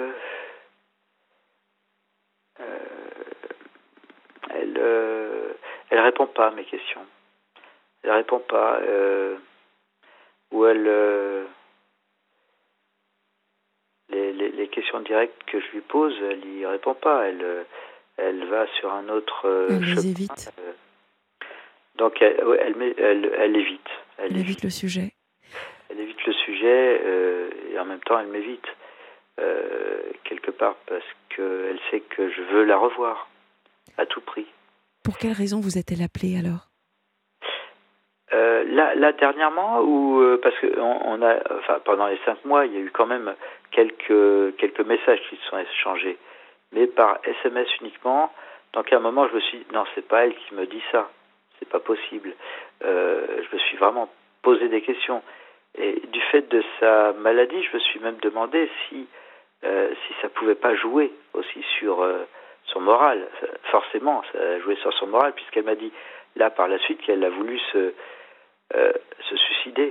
elle répond pas à mes questions. Elle répond pas. Ou les questions directes que je lui pose, elle y répond pas. Elle va sur un autre elle chemin. les évite. Donc elle évite. Elle évite le sujet. Elle évite le sujet et en même temps elle m'évite quelque part parce qu'elle sait que je veux la revoir à tout prix. Pour quelle raison vous a-t-elle appelé alors? Là dernièrement, ou parce que pendant les 5 mois, il y a eu quand même quelques messages qui se sont échangés, mais par SMS uniquement. Donc à un moment, je me suis dit, non, c'est pas elle qui me dit ça, c'est pas possible. Je me suis vraiment posé des questions. Et du fait de sa maladie, je me suis même demandé si ça pouvait pas jouer aussi sur son moral. Forcément, ça a joué sur son moral, puisqu'elle m'a dit là par la suite qu'elle a voulu se suicider.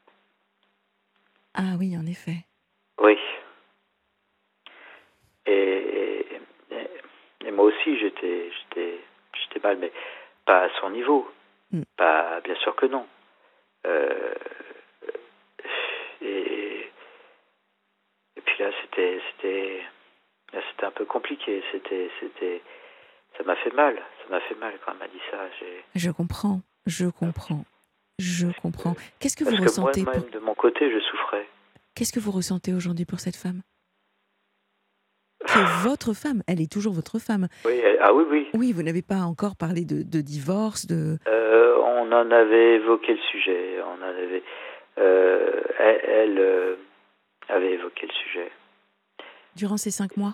Ah oui, en effet. Oui. Et moi aussi, j'étais mal, mais pas à son niveau. Pas, bien sûr que non. Et puis là, c'était un peu compliqué. Ça m'a fait mal. Ça m'a fait mal quand elle m'a dit ça. Je comprends. Qu'est-ce que vous Parce que ressentez moi-même, de mon côté, je souffrais. Qu'est-ce que vous ressentez aujourd'hui pour cette femme qui est votre femme? Elle est toujours votre femme. Oui, oui. Oui, vous n'avez pas encore parlé de divorce, on en avait évoqué le sujet. Elle avait évoqué le sujet. Durant ces 5 mois?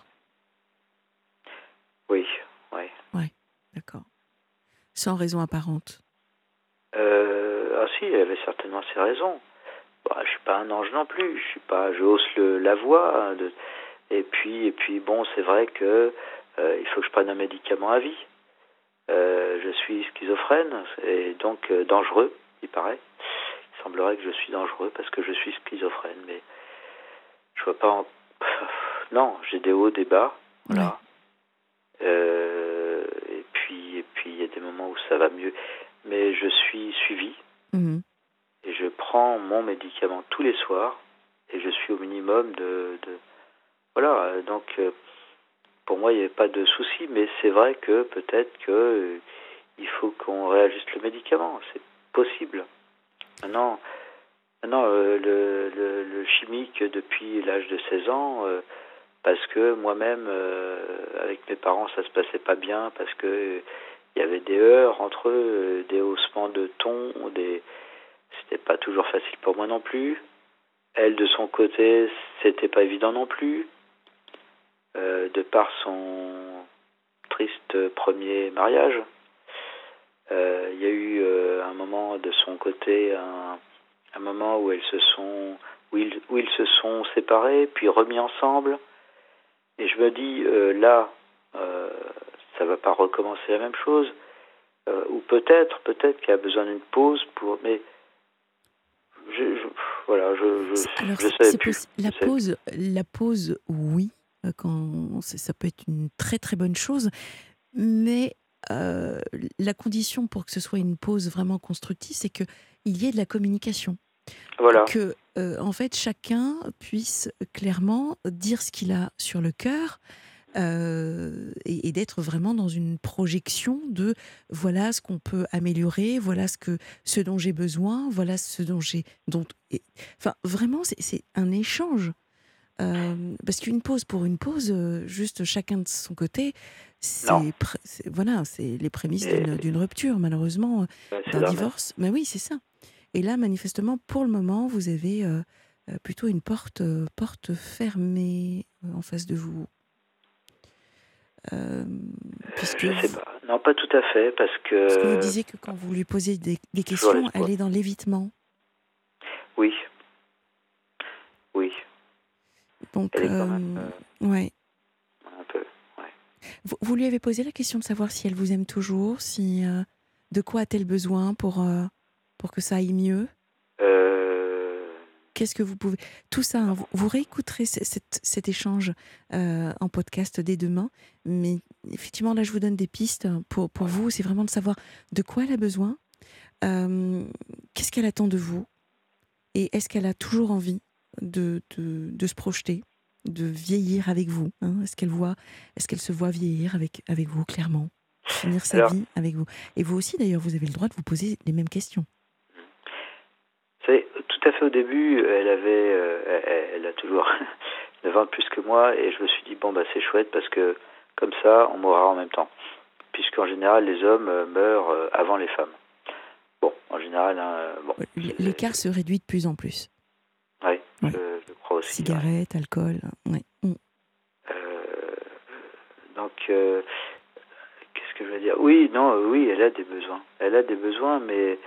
Oui. Ouais, d'accord. Sans raison apparente? Si, elle avait certainement ses raisons. Je suis pas un ange non plus. Je hausse la voix. Et puis bon, c'est vrai que il faut que je prenne un médicament à vie. Je suis schizophrène et donc dangereux, il paraît. Il semblerait que je suis dangereux parce que je suis schizophrène, mais je vois pas. Non, j'ai des hauts, des bas, voilà. Et puis il y a des moments où ça va mieux, mais je suis suivi et je prends mon médicament tous les soirs et je suis au minimum de voilà. Donc pour moi il n'y avait pas de souci, mais c'est vrai que peut-être que il faut qu'on réajuste le médicament, c'est possible. Maintenant, le chimique depuis l'âge de 16 ans, parce que moi-même, avec mes parents, ça se passait pas bien, parce que il y avait des heurts entre eux, des haussements de ton, c'était pas toujours facile pour moi non plus. Elle, de son côté, c'était pas évident non plus, de par son triste premier mariage. Il y a eu un moment de son côté, un moment où ils se sont séparés, puis remis ensemble. Et je me dis, ça va pas recommencer la même chose. Ou peut-être qu'il a besoin d'une pause pour. Mais je savais plus. La pause, oui, ça peut être une très très bonne chose, mais la condition pour que ce soit une pause vraiment constructive, c'est qu'il y ait de la communication. Voilà. Que, en fait, chacun puisse clairement dire ce qu'il a sur le cœur et d'être vraiment dans une projection de voilà ce qu'on peut améliorer, voilà ce dont j'ai besoin, voilà ce dont enfin, vraiment, c'est un échange. Parce qu'une pause pour une pause, juste chacun de son côté, c'est les prémices d'une rupture, malheureusement, d'un divorce. Mais oui, c'est ça. Et là, manifestement, pour le moment, vous avez plutôt une porte fermée en face de vous. Je sais pas. Non, pas tout à fait, parce que vous disiez que quand vous lui posez des questions, elle est dans l'évitement. Oui. Donc, elle est quand même, ouais. Un peu, ouais. Vous lui avez posé la question de savoir si elle vous aime toujours, de quoi a-t-elle besoin pour que ça aille mieux? Qu'est-ce que vous pouvez... Tout ça, hein, vous réécouterez cet échange en podcast dès demain. Mais effectivement, là, je vous donne des pistes pour vous. C'est vraiment de savoir de quoi elle a besoin, qu'est-ce qu'elle attend de vous, et est-ce qu'elle a toujours envie de se projeter, de vieillir avec vous, hein? Est-ce qu'elle se voit vieillir avec vous, clairement, finir sa vie avec vous? Et vous aussi, d'ailleurs, vous avez le droit de vous poser les mêmes questions. C'est tout à fait au début, elle a toujours 9 ans de plus que moi, et je me suis dit, c'est chouette, parce que comme ça, on mourra en même temps. Puisqu'en général, les hommes meurent avant les femmes. Bon, en général... L'écart se réduit de plus en plus. Oui, je crois aussi. Cigarettes, alcool, oui. Donc, qu'est-ce que je veux dire? Oui, elle a des besoins. Elle a des besoins, mais...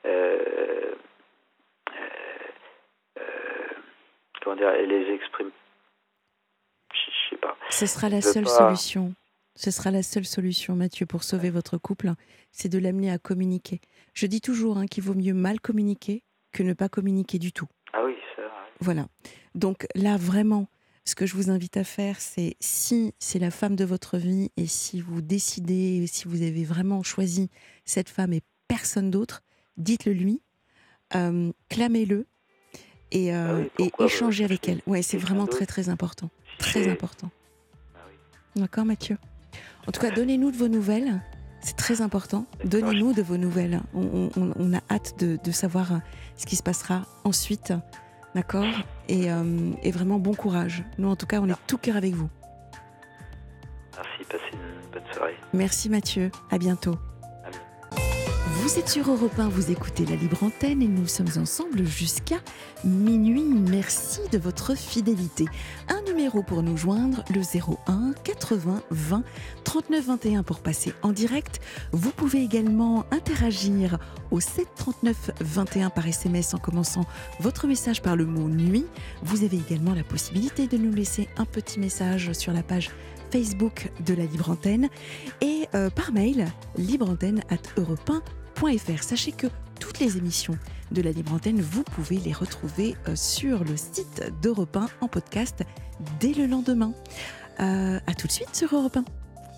comment dire, elle les exprime. Je sais pas. Ce sera la seule solution. Ce sera la seule solution, Mathieu, pour sauver votre couple, c'est de l'amener à communiquer. Je dis toujours qu'il vaut mieux mal communiquer que ne pas communiquer du tout. Ah oui, c'est vrai. Voilà. Donc là, vraiment, ce que je vous invite à faire, c'est, si c'est la femme de votre vie et si vous décidez, si vous avez vraiment choisi cette femme et personne d'autre, dites-le lui, clamez-le. et échanger avec elle. Ouais, c'est vraiment très très important. Très important. D'accord, Mathieu? En tout cas, donnez-nous de vos nouvelles. C'est très important. Donnez-nous de vos nouvelles. On a hâte de savoir ce qui se passera ensuite. D'accord? Et vraiment bon courage. Nous, en tout cas, on est tout cœur avec vous. Merci, passez une bonne soirée. Merci Mathieu, à bientôt. Vous êtes sur Europe 1, vous écoutez la Libre Antenne et nous sommes ensemble jusqu'à minuit. Merci de votre fidélité. Un numéro pour nous joindre, le 01 80 20 39 21 pour passer en direct. Vous pouvez également interagir au 7 39 21 par SMS en commençant votre message par le mot nuit. Vous avez également la possibilité de nous laisser un petit message sur la page Facebook de la Libre Antenne et par mail libreantenne@europe1.fr. Sachez que toutes les émissions de la Libre Antenne, vous pouvez les retrouver sur le site d'Europe 1 en podcast dès le lendemain. À tout de suite sur Europe 1.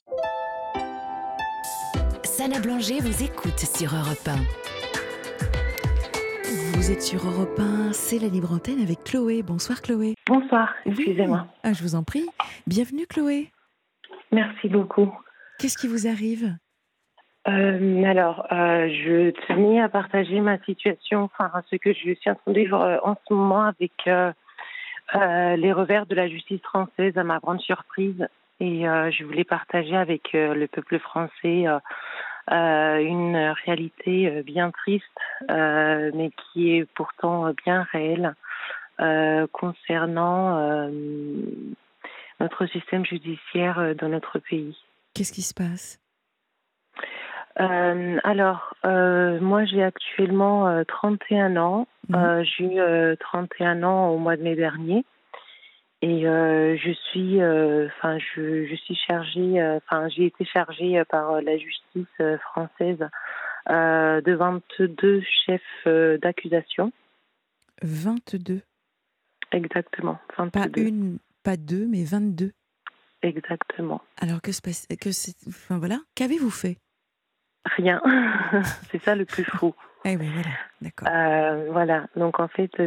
Sana Blanger vous écoute sur Europe 1. Vous êtes sur Europe 1, c'est la Libre Antenne avec Chloé. Bonsoir Chloé. Bonsoir, excusez-moi. Oui. Je vous en prie. Bienvenue Chloé. Merci beaucoup. Qu'est-ce qui vous arrive ? Je tenais à partager ma situation, ce que je suis en train de vivre en ce moment avec les revers de la justice française, à ma grande surprise. Et je voulais partager avec le peuple français une réalité bien triste, mais qui est pourtant bien réelle, concernant notre système judiciaire dans notre pays. Qu'est-ce qui se passe ? Moi j'ai actuellement 31 ans. J'ai eu 31 ans au mois de mai dernier. Et je suis chargée, j'ai été chargée par la justice française de 22 chefs d'accusation. 22 ? Exactement, 22. Pas une, pas deux, mais 22. Exactement. Alors qu'avez-vous fait ? Rien. C'est ça le plus fou. Eh oui, voilà, d'accord. Voilà, donc en fait,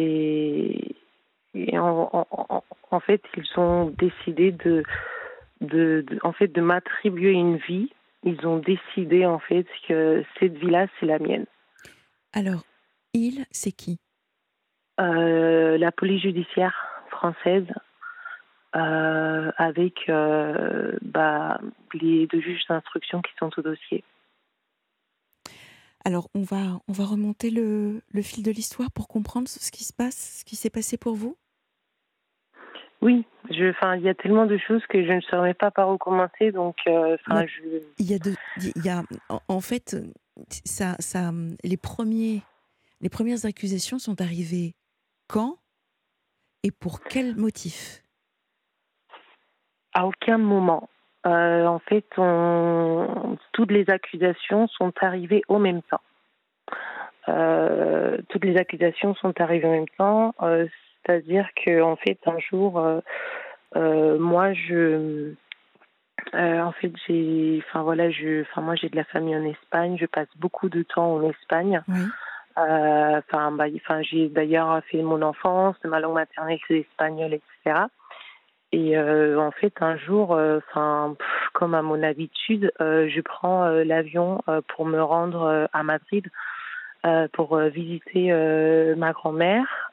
en fait, ils ont décidé de m'attribuer une vie. Ils ont décidé en fait que cette vie-là, c'est la mienne. Alors, c'est qui ? La police judiciaire française, avec les deux juges d'instruction qui sont au dossier. Alors, on va remonter le fil de l'histoire pour comprendre ce qui se passe, ce qui s'est passé pour vous. Oui, il y a tellement de choses que je ne saurais pas par où commencer, donc en fait, les premières accusations sont arrivées quand et pour quel motif ? À aucun moment. En fait, toutes les accusations sont arrivées au même temps. C'est-à-dire que, en fait, un jour, moi, j'ai de la famille en Espagne. Je passe beaucoup de temps en Espagne. Oui. J'ai d'ailleurs fait mon enfance, ma langue maternelle c'est l'espagnol, etc. Et en fait, un jour, comme à mon habitude, je prends l'avion pour me rendre à Madrid pour visiter ma grand-mère.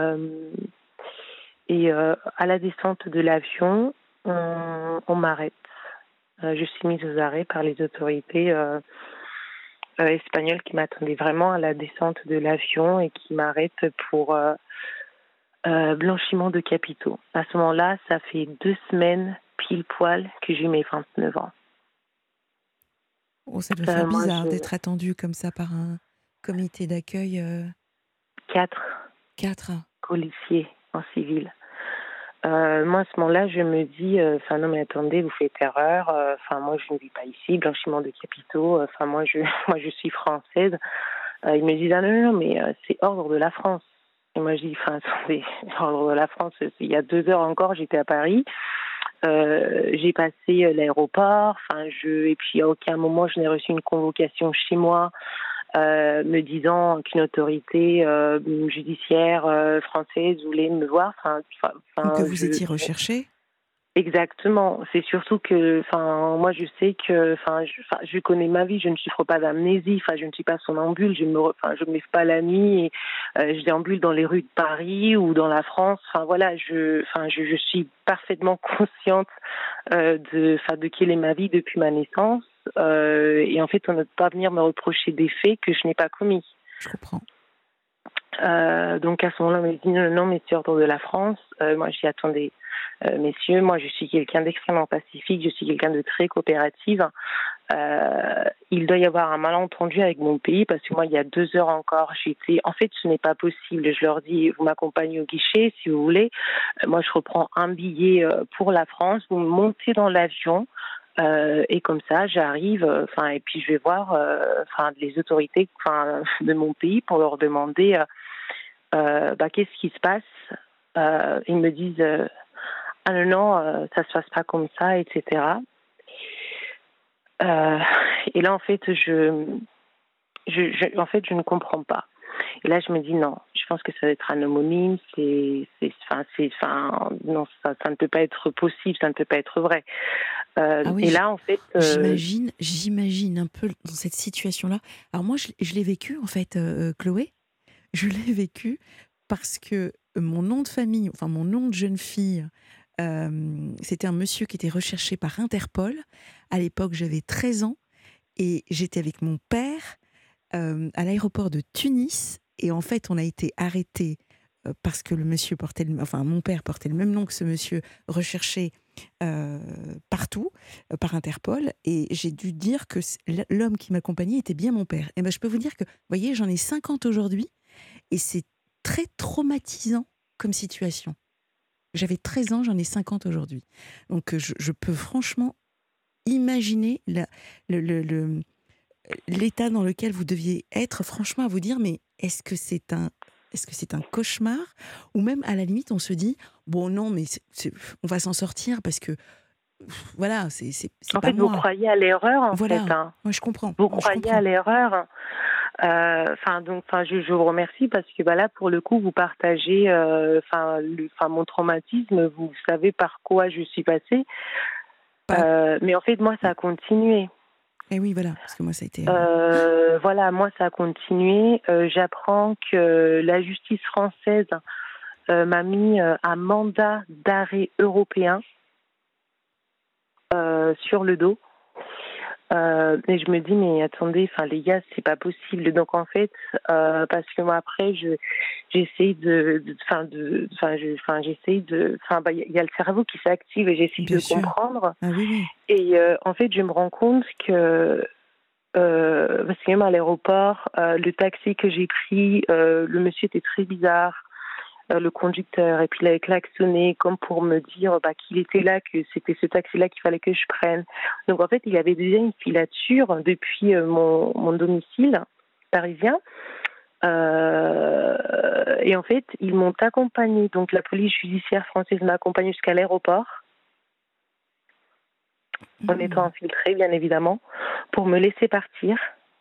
Et à la descente de l'avion, on m'arrête. Je suis mise aux arrêts par les autorités espagnoles qui m'attendaient vraiment à la descente de l'avion et qui m'arrêtent pour blanchiment de capitaux. À ce moment-là, ça fait 2 semaines pile poil que j'ai mes 29 ans. Oh, ça doit faire bizarre d'être attendu comme ça par un comité d'accueil. 4 policiers en civil. Moi, à ce moment-là, je me dis, non mais attendez, vous faites erreur. Moi, je ne vis pas ici, blanchiment de capitaux. Moi, je suis française. Ils me disent, non, mais c'est ordre de la France. Et moi, je dis, attendez, ordre de la France, il y a 2 heures encore, j'étais à Paris. J'ai passé l'aéroport. Et puis, à aucun moment, je n'ai reçu une convocation chez moi me disant qu'une autorité judiciaire française voulait me voir. Ou que vous étiez recherchée. Exactement. C'est surtout que, moi, je sais que, je connais ma vie. Je ne souffre pas d'amnésie. Je ne suis pas somnambule. Je me lève pas la nuit et je déambule dans les rues de Paris ou dans la France. Voilà, je suis parfaitement consciente de quelle est ma vie depuis ma naissance. Et en fait, on ne peut pas venir me reprocher des faits que je n'ai pas commis. Je comprends. Donc à ce moment-là, on m'a dit non, messieurs, ordre de la France. Moi, j'y attendais. Messieurs, moi je suis quelqu'un d'extrêmement pacifique, je suis quelqu'un de très coopérative. Il doit y avoir un malentendu avec mon pays parce que moi il y a 2 heures encore en fait ce n'est pas possible, je leur dis vous m'accompagnez au guichet si vous voulez, moi je reprends un billet pour la France, vous montez dans l'avion et comme ça j'arrive et puis je vais voir les autorités de mon pays pour leur demander qu'est-ce qui se passe. Ils me disent ah non, ça se passe pas comme ça, etc. Et là, en fait, je ne comprends pas. Et là, je me dis non, je pense que ça va être un homonyme. Non, ça ne peut pas être possible, ça ne peut pas être vrai. Et là, en fait, j'imagine un peu dans cette situation-là. Alors moi, je l'ai vécu en fait, Chloé. Je l'ai vécu parce que mon nom de famille, mon nom de jeune fille. C'était un monsieur qui était recherché par Interpol. À l'époque, j'avais 13 ans et j'étais avec mon père à l'aéroport de Tunis. Et en fait, on a été arrêtés parce que mon père portait le même nom que ce monsieur recherché partout par Interpol. Et j'ai dû dire que l'homme qui m'accompagnait était bien mon père. Et je peux vous dire que, vous voyez, j'en ai 50 aujourd'hui et c'est très traumatisant comme situation. J'avais 13 ans, j'en ai 50 aujourd'hui. Donc, je peux franchement imaginer l'état dans lequel vous deviez être, franchement, à vous dire, mais est-ce que c'est un cauchemar ? Ou même, à la limite, on se dit, bon, non, mais on va s'en sortir parce que, voilà, c'est en pas fait, moi. Vous croyez à l'erreur, voilà. fait. Hein. Moi, je comprends. Vous croyez à l'erreur. Je vous remercie parce que là pour le coup vous partagez mon traumatisme, vous savez par quoi je suis passée, mais en fait moi ça a continué. Et oui voilà, parce que moi ça a été. Moi ça a continué. J'apprends que la justice française m'a mis un mandat d'arrêt européen sur le dos. Et je me dis mais attendez, les gars, c'est pas possible. Donc en fait, parce que moi après, j'essaye il y a le cerveau qui s'active et j'essaye de comprendre. Ah, oui. Et en fait, je me rends compte que parce que même à l'aéroport, le taxi que j'ai pris, le monsieur était très bizarre. Le conducteur, et puis il avait klaxonné comme pour me dire qu'il était là, que c'était ce taxi-là qu'il fallait que je prenne. Donc en fait, il y avait déjà une filature depuis mon domicile parisien. Et en fait, ils m'ont accompagnée. Donc la police judiciaire française m'a accompagnée jusqu'à l'aéroport, en étant infiltrée, bien évidemment, pour me laisser partir.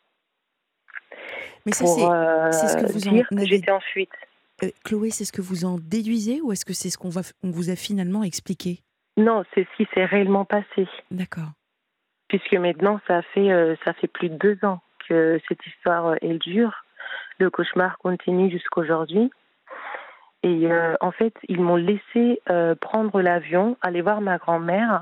Mais ça, c'est ce que vous dire que j'étais en fuite. Chloé, c'est ce que vous en déduisez ou est-ce que c'est ce qu'on vous a finalement expliqué ? Non, c'est ce qui s'est réellement passé. D'accord. Puisque maintenant, ça fait plus de 2 ans que cette histoire, elle dure. Le cauchemar continue jusqu'aujourd'hui. Et en fait, ils m'ont laissé prendre l'avion, aller voir ma grand-mère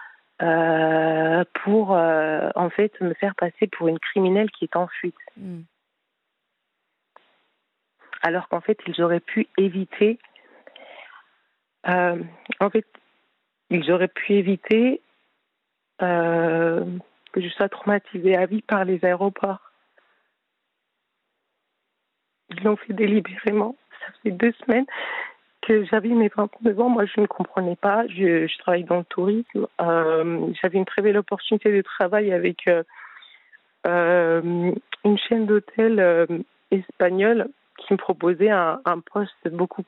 pour en fait me faire passer pour une criminelle qui est en fuite. Alors qu'en fait, ils auraient pu éviter. Que je sois traumatisée à vie par les aéroports. Ils l'ont fait délibérément. Ça fait 2 semaines que j'avais mes 29 ans. Moi, je ne comprenais pas. Je travaille dans le tourisme. J'avais une très belle opportunité de travail avec une chaîne d'hôtels espagnole qui me proposait un poste beaucoup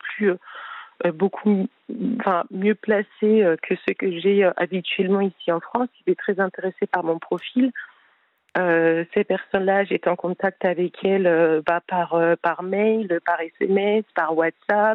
mieux placé que ce que j'ai habituellement ici en France. Il était très intéressé par mon profil. Ces personnes-là, j'étais en contact avec elles par mail, par SMS, par WhatsApp.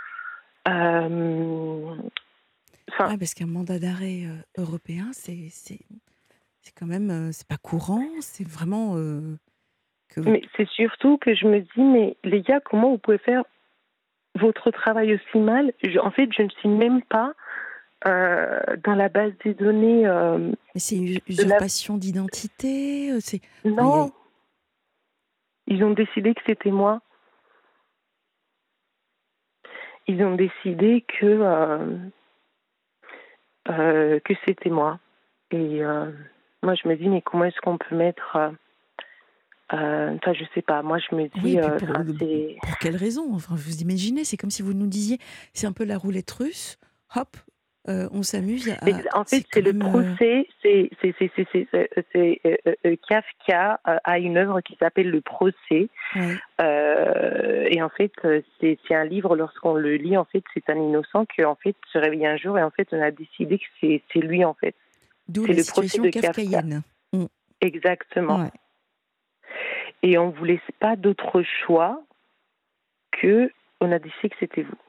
Parce qu'un mandat d'arrêt européen, c'est quand même, c'est pas courant, c'est vraiment Mais c'est surtout que je me dis, mais les gars, comment vous pouvez faire votre travail aussi mal? En fait, je ne suis même pas dans la base des données. Mais c'est une usurpation d'identité. Non, ils ont décidé que c'était moi. Ils ont décidé que c'était moi. Et moi, je me dis, mais comment est-ce qu'on peut mettre... je sais pas. Moi, je me dis... Oui, pour quelle raison? Enfin, vous imaginez, c'est comme si vous nous disiez, c'est un peu la roulette russe. Hop, on s'amuse à... En fait, c'est le procès. Kafka a une œuvre qui s'appelle Le Procès. Ouais. Et en fait, c'est un livre, lorsqu'on le lit, en fait, c'est un innocent qui, en fait, se réveille un jour et, en fait, on a décidé que c'est lui, en fait. D'où la situation kafkaïenne. Exactement. Ouais. Et on ne vous laisse pas d'autre choix que on a décidé que c'était vous.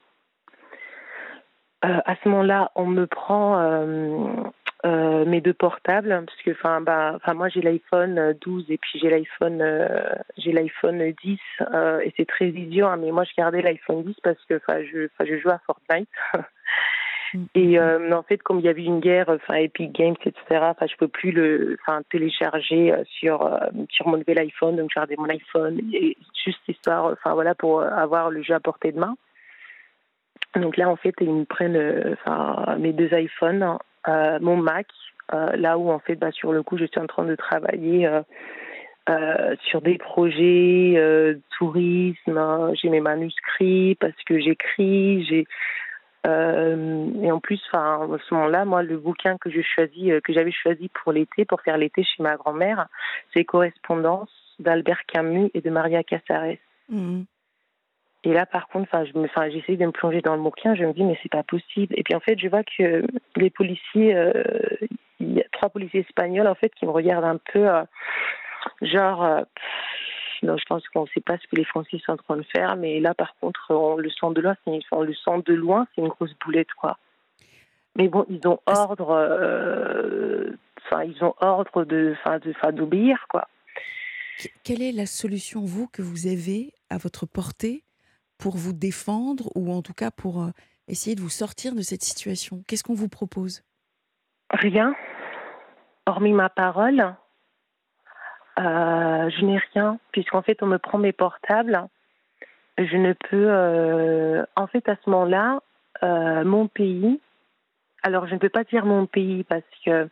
À ce moment-là, on me prend mes 2 portables, parce que moi j'ai l'iPhone 12 et puis j'ai l'iPhone 10 et c'est très idiot, hein, mais moi je gardais l'iPhone 10 parce que je joue à Fortnite. Et en fait, comme il y avait une guerre, Epic Games, etc., je peux plus le télécharger sur mon nouvel iPhone, donc j'ai gardé mon iPhone, et juste histoire, pour avoir le jeu à portée de main. Donc là, en fait, ils me prennent mes 2 iPhones, mon Mac, là où, en fait, sur le coup, je suis en train de travailler sur des projets tourisme, j'ai mes manuscrits parce que j'écris, et en plus, à ce moment-là, moi, le bouquin que j'avais choisi pour l'été, pour faire l'été chez ma grand-mère, c'est Correspondance d'Albert Camus et de Maria Casares. Mmh. Et là, par contre, j'essaie de me plonger dans le bouquin, je me dis, mais c'est pas possible. Et puis, en fait, je vois que les policiers, il y a 3 policiers espagnols, en fait, qui me regardent un peu, non, je pense qu'on ne sait pas ce que les Français sont en train de faire, mais là, par contre, on le sent de loin, c'est une grosse boulette, quoi. Mais bon, ils ont ordre, d'obéir, quoi. Quelle est la solution, vous, que vous avez à votre portée pour vous défendre, ou en tout cas pour essayer de vous sortir de cette situation? Qu'est-ce qu'on vous propose? Rien, hormis ma parole. Je n'ai rien, puisqu'en fait, on me prend mes portables. Je ne peux... en fait, à ce moment-là, mon pays... Alors, je ne peux pas dire mon pays parce que...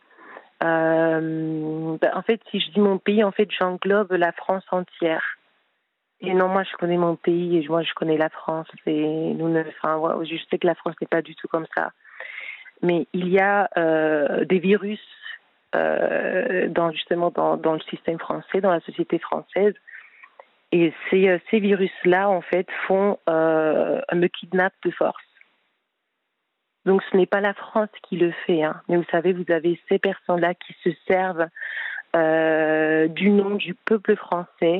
en fait, si je dis mon pays, en fait, j'englobe la France entière. Et non, moi, je connais mon pays et moi, je connais la France. Et je sais que la France n'est pas du tout comme ça. Mais il y a des virus dans le système français, dans la société française. Et ces virus-là, en fait, me kidnappent de force. Donc, ce n'est pas la France qui le fait, hein. Mais vous savez, vous avez ces personnes-là qui se servent du nom du peuple français,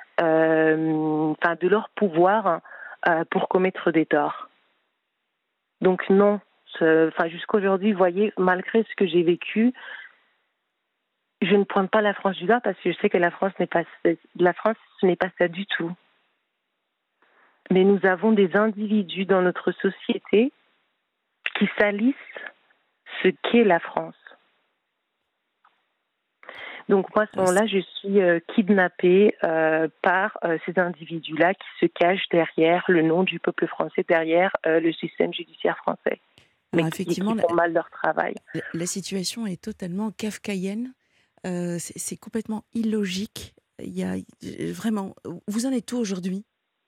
de leur pouvoir pour commettre des torts. Donc, non. Jusqu'à aujourd'hui, vous voyez, malgré ce que j'ai vécu, je ne pointe pas la France du doigt parce que je sais que la France, ce n'est pas ça du tout. Mais nous avons des individus dans notre société qui salissent ce qu'est la France. Donc moi, à ce moment-là, je suis kidnappée par ces individus-là qui se cachent derrière le nom du peuple français, derrière le système judiciaire français. Mais effectivement, qui font mal leur travail. La situation est totalement kafkaïenne. C'est complètement illogique. Il y a vraiment... Vous en êtes où aujourd'hui?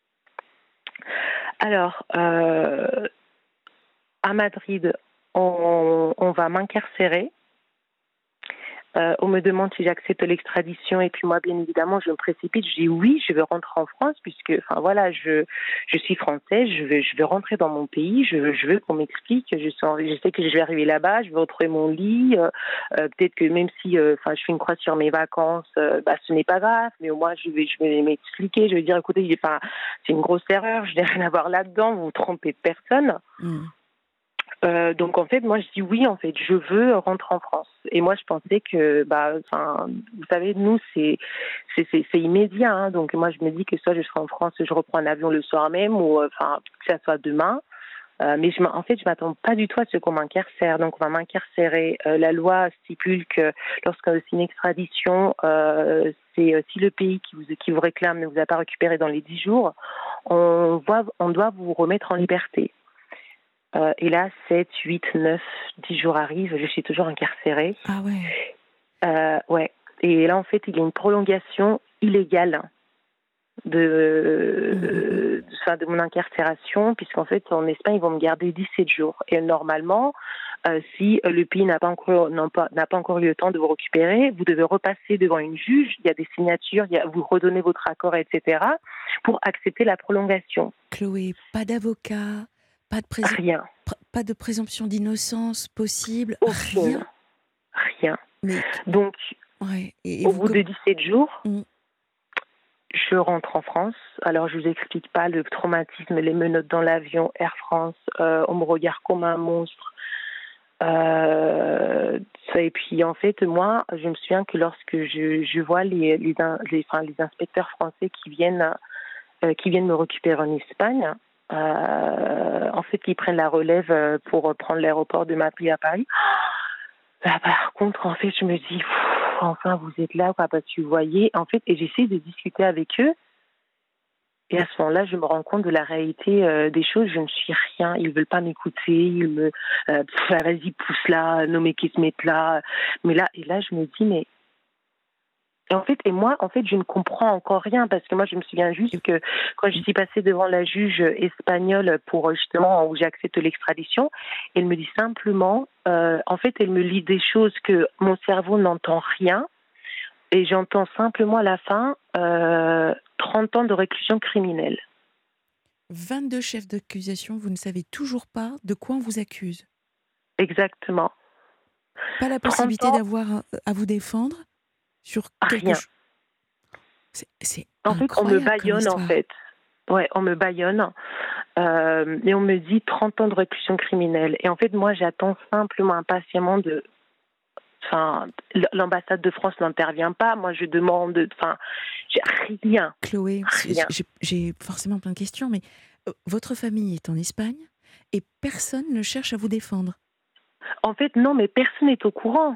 Alors, à Madrid, on va m'incarcérer. On me demande si j'accepte l'extradition et puis moi, bien évidemment, je me précipite. Je dis oui, je veux rentrer en France puisque, enfin voilà, je suis française, je veux rentrer dans mon pays, je veux qu'on m'explique. Je sais que je vais arriver là-bas, je vais retrouver mon lit. Peut-être que même si, je fais une croix sur mes vacances, ce n'est pas grave, mais au moins je vais m'expliquer. Je vais dire, écoutez, c'est une grosse erreur, je n'ai rien à voir là-dedans, vous vous trompez de personne. Donc en fait, moi je dis oui, en fait, je veux rentrer en France. Et moi je pensais que, vous savez, nous c'est immédiat. Hein, donc moi je me dis que soit je serai en France, je reprends un avion le soir même, ou que ça soit demain. Mais je m'attends pas du tout à ce qu'on m'incarcère. Donc on va m'incarcérer. La loi stipule que lorsque c'est une extradition, c'est si le pays qui vous réclame ne vous a pas récupéré dans les 10 jours, on doit vous remettre en liberté. Et là, 7, 8, 9, 10 jours arrivent, je suis toujours incarcérée. Ah ouais. Ouais. Et là, en fait, il y a une prolongation illégale de mon incarcération, puisqu'en fait, en Espagne, ils vont me garder 17 jours. Et normalement, si le pays n'a pas encore eu le temps de vous récupérer, vous devez repasser devant une juge, il y a des signatures, vous redonnez votre accord, etc., pour accepter la prolongation. Chloé, pas d'avocat, rien. Pas de présomption d'innocence possible. Rien. Mais... Donc, ouais. Au bout de 17 jours, je rentre en France. Alors, je vous explique pas le traumatisme, les menottes dans l'avion, Air France, on me regarde comme un monstre. Et puis, en fait, moi, je me souviens que lorsque je vois les inspecteurs français qui viennent me récupérer en Espagne, en fait, ils prennent la relève pour prendre l'aéroport de Madrid à Paris. Là, par contre, en fait, je me dis, enfin, vous êtes là, quoi, parce que vous voyez, en fait, et j'essaie de discuter avec eux. Et à ce moment-là, je me rends compte de la réalité des choses. Je ne suis rien. Ils veulent pas m'écouter. Ils me, vas-y, pousse là, non mais qui se mettent là. Mais là, je me dis, mais moi, je ne comprends encore rien parce que moi, je me souviens juste que quand je suis passée devant la juge espagnole pour justement où j'accepte l'extradition, elle me dit simplement, elle me lit des choses que mon cerveau n'entend rien et j'entends simplement à la fin 30 ans de réclusion criminelle. 22 chefs d'accusation, vous ne savez toujours pas de quoi on vous accuse. Exactement. Pas la possibilité d'avoir à vous défendre sur quelque chose. C'est en fait, on me bâillonne, en fait. Ouais, on me bâillonne. Et on me dit 30 ans de réclusion criminelle. Et en fait, moi, j'attends simplement impatiemment l'ambassade de France n'intervient pas. Moi, je demande... j'ai rien. Chloé, rien. J'ai forcément plein de questions, mais votre famille est en Espagne et personne ne cherche à vous défendre. En fait, non, mais personne n'est au courant.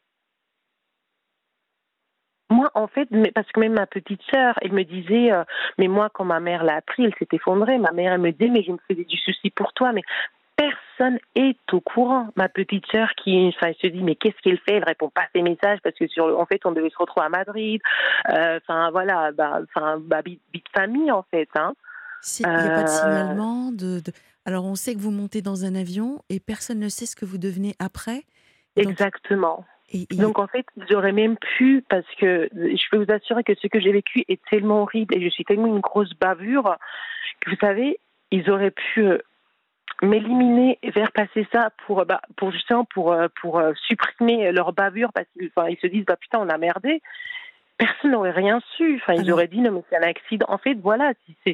Moi, en fait, parce que même ma petite sœur, elle me disait, mais moi, quand ma mère l'a appris, elle s'est effondrée. Ma mère, elle me disait, mais je me faisais du souci pour toi, mais personne est au courant. Ma petite sœur elle se dit, mais qu'est-ce qu'elle fait? Elle répond pas à ses messages parce que en fait, on devait se retrouver à Madrid. Vie de famille, en fait. Hein. Il n'y a pas de signalement Alors, on sait que vous montez dans un avion et personne ne sait ce que vous devenez après. Exactement. Donc, en fait, j'aurais même pu, parce que je peux vous assurer que ce que j'ai vécu est tellement horrible et je suis tellement une grosse bavure que, vous savez, ils auraient pu m'éliminer et faire passer ça pour supprimer leur bavure parce qu'ils se disent, putain, on a merdé. Personne n'aurait rien su. Ils auraient dit, non, mais c'est un accident. En fait, voilà,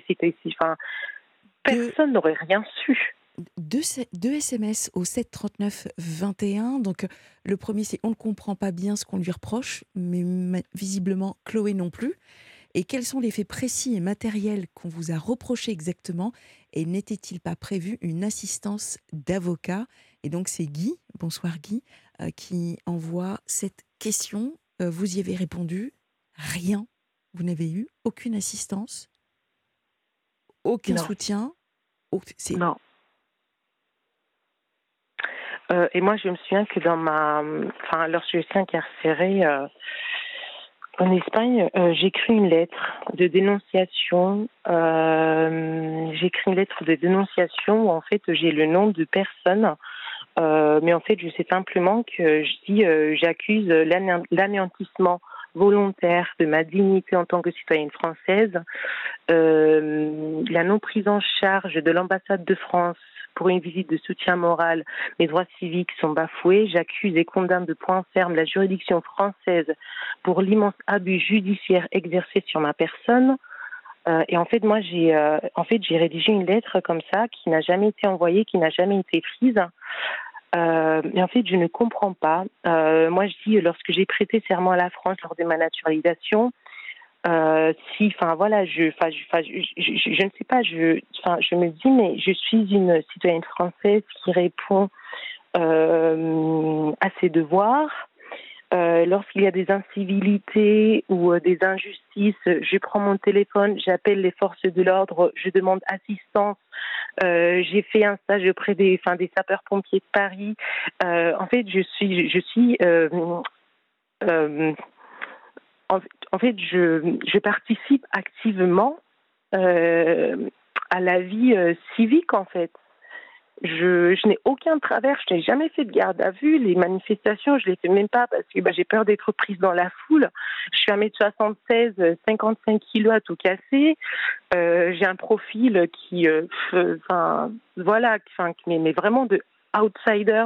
personne n'aurait rien su. Deux SMS au 7 39 21. Donc, le premier, c'est on ne comprend pas bien ce qu'on lui reproche, mais visiblement, Chloé non plus. Et quels sont les faits précis et matériels qu'on vous a reprochés exactement? Et n'était-il pas prévu une assistance d'avocat? Et donc, c'est Guy, bonsoir Guy, qui envoie cette question. Vous y avez répondu, rien. Vous n'avez eu aucune assistance, aucun soutien. Non. Et moi, je me souviens que lorsque je suis incarcérée en Espagne, j'écris une lettre de dénonciation. Où en fait, j'ai le nom de personnes Mais en fait, je sais simplement que j'accuse l'anéantissement volontaire de ma dignité en tant que citoyenne française, la non prise en charge de l'ambassade de France pour une visite de soutien moral, mes droits civiques sont bafoués. J'accuse et condamne de poing ferme la juridiction française pour l'immense abus judiciaire exercé sur ma personne. Et en fait, moi, j'ai rédigé une lettre comme ça qui n'a jamais été envoyée, qui n'a jamais été prise. Et en fait, je ne comprends pas. Moi, je dis, lorsque j'ai prêté serment à la France lors de ma naturalisation, je ne sais pas, je me dis, mais je suis une citoyenne française qui répond à ses devoirs. Lorsqu'il y a des incivilités ou des injustices, je prends mon téléphone, j'appelle les forces de l'ordre, je demande assistance. J'ai fait un stage auprès des sapeurs-pompiers de Paris. En fait, je participe activement à la vie civique, en fait. Je n'ai aucun travers, je n'ai jamais fait de garde à vue. Les manifestations, je ne les fais même pas parce que j'ai peur d'être prise dans la foule. Je suis 1m76, 55 kilos à tout casser. J'ai un profil qui mais vraiment de outsider.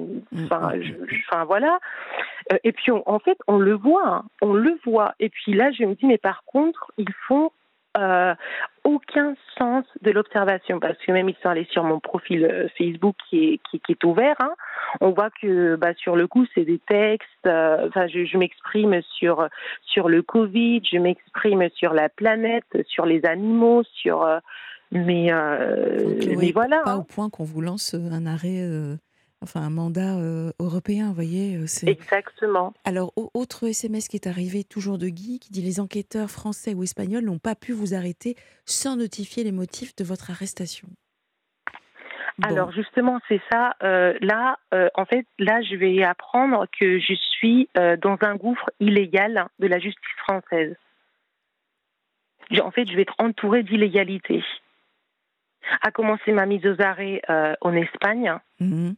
Voilà. Et puis, on le voit. Et puis là, je me dis, mais par contre, ils font aucun sens de l'observation, parce que même ils sont allés sur mon profil Facebook qui est ouvert, hein. On voit que sur le coup c'est des textes, je m'exprime sur le Covid, je m'exprime sur la planète, sur les animaux, mais voilà, pas au point qu'on vous lance un arrêt, un mandat européen, vous voyez. Exactement. Alors, autre SMS qui est arrivé, toujours de Guy, qui dit « Les enquêteurs français ou espagnols n'ont pas pu vous arrêter sans notifier les motifs de votre arrestation. » Alors, justement, c'est ça. Là, je vais apprendre que je suis dans un gouffre illégal de la justice française. Je vais être entourée d'illégalité. A commencé ma mise aux arrêts en Espagne. Mmh.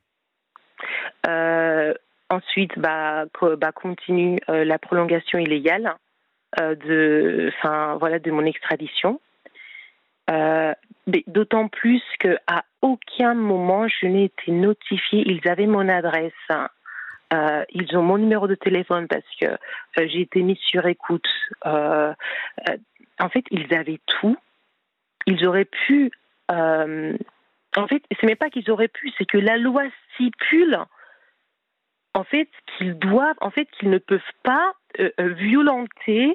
Ensuite, continue la prolongation illégale de mon extradition. Mais d'autant plus qu'à aucun moment je n'ai été notifiée. Ils avaient mon adresse. Ils ont mon numéro de téléphone parce que j'ai été mise sur écoute. En fait, ils avaient tout. Ils auraient pu... c'est même pas qu'ils auraient pu, c'est que la loi stipule qu'ils ne peuvent pas violenter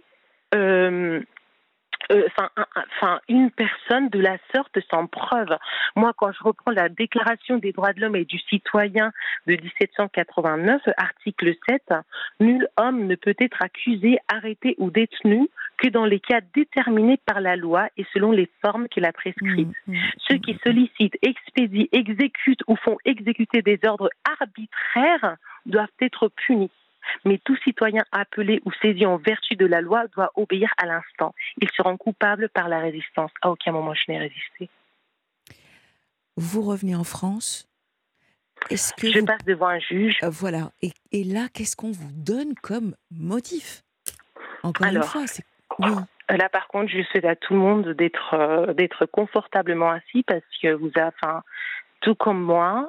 une personne de la sorte sans preuve. Moi, quand je reprends la Déclaration des droits de l'homme et du citoyen de 1789, article 7, nul homme ne peut être accusé, arrêté ou détenu que dans les cas déterminés par la loi et selon les formes qu'elle a prescrites. Ceux qui sollicitent, expédient, exécutent ou font exécuter des ordres arbitraires doivent être punis. Mais tout citoyen appelé ou saisi en vertu de la loi doit obéir à l'instant. Ils seront coupables par la résistance. À aucun moment je n'ai résisté. Vous revenez en France. Je passe devant un juge. Voilà. Et là, qu'est-ce qu'on vous donne comme motif ? Encore une fois, c'est... Oui. Là, par contre, je souhaite à tout le monde d'être confortablement assis parce que tout comme moi,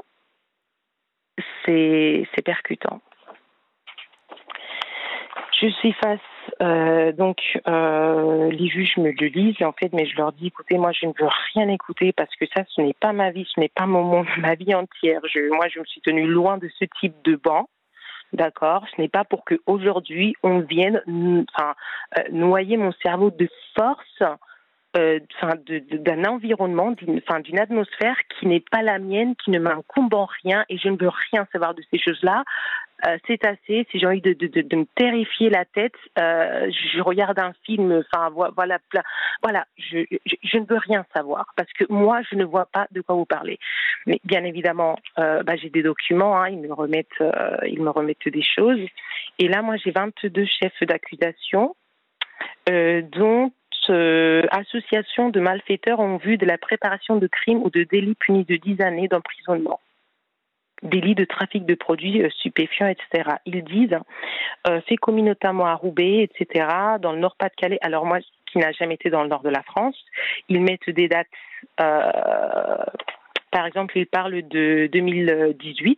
c'est percutant. Je suis face, les juges me le lisent, mais je leur dis, écoutez, moi, je ne veux rien écouter parce que ça, ce n'est pas ma vie, ce n'est pas mon monde, ma vie entière. Moi, je me suis tenue loin de ce type de banc, d'accord ? Ce n'est pas pour qu'aujourd'hui, on vienne noyer mon cerveau de force d'un environnement, d'une atmosphère qui n'est pas la mienne, qui ne m'incombe en rien, et je ne veux rien savoir de ces choses-là. C'est assez. Si j'ai envie de me terrifier la tête, je regarde un film. Voilà. Je ne veux rien savoir parce que moi, je ne vois pas de quoi vous parlez. Mais bien évidemment, j'ai des documents. Hein, ils me remettent des choses. Et là, moi, j'ai 22 chefs d'accusation, dont association de malfaiteurs en vue de la préparation de crimes ou de délits punis de 10 années d'emprisonnement. délit de trafic de produits stupéfiants, etc. Ils disent fait commis notamment à Roubaix, etc., dans le Nord-Pas-de-Calais. Alors moi, qui n'a jamais été dans le nord de la France, ils mettent des dates. Par exemple, ils parlent de 2018.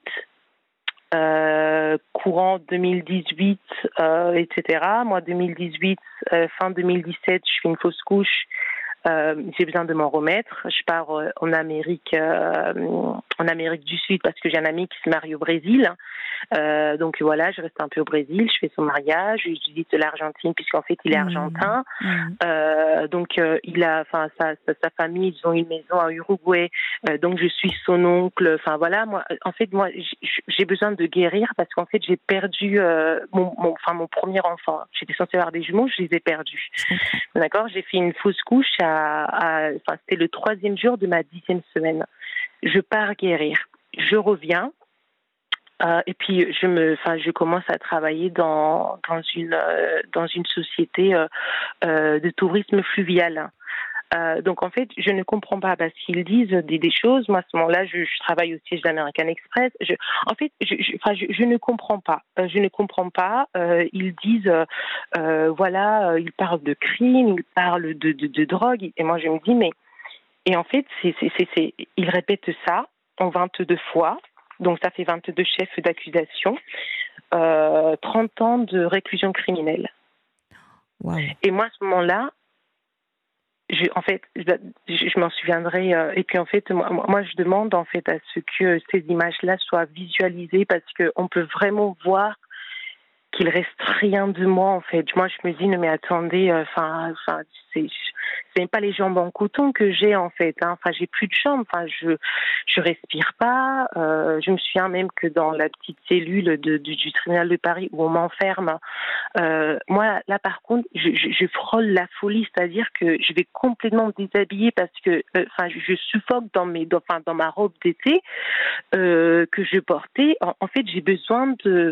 Courant 2018, etc. Moi, 2018, fin 2017, je fais une fausse couche. J'ai besoin de m'en remettre. Je pars en Amérique du Sud parce que j'ai un ami qui se marie au Brésil. Donc voilà, je reste un peu au Brésil. Je fais son mariage. Je visite l'Argentine puisqu'en fait il est argentin. Donc il a, enfin sa famille, ils ont une maison à Uruguay. Donc je suis son oncle. Enfin voilà, moi j'ai besoin de guérir parce qu'en fait j'ai perdu mon premier enfant. J'étais censée avoir des jumeaux, je les ai perdus. D'accord, j'ai fait une fausse couche c'était le 3e jour de ma 10e semaine. Je pars guérir. Je reviens. Et puis je commence à travailler dans une société de tourisme fluvial. Donc en fait, je ne comprends pas parce qu'ils disent des choses. Moi, à ce moment-là, je travaille au siège d'American Express. Je ne comprends pas. Je ne comprends pas. Ils disent, ils parlent de crime, ils parlent de drogue. Et moi, je me dis, mais et en fait, ils répètent ça en 22 fois. Donc ça fait 22 chefs d'accusation, 30 ans de réclusion criminelle. Wow. Et moi, à ce moment-là, je m'en souviendrai. Et puis en fait, moi, je demande en fait à ce que ces images-là soient visualisées parce qu'on peut vraiment voir qu'il reste rien de moi en fait. Moi, je me dis non mais attendez, c'est même pas les jambes en coton que j'ai en fait. Enfin, j'ai plus de jambes. Enfin, je respire pas. Je me souviens même que dans la petite cellule du tribunal de Paris où on m'enferme, moi là par contre, je frôle la folie, c'est-à-dire que je vais complètement me déshabiller parce que, je suffoque dans ma robe d'été que je portais. En fait, j'ai besoin de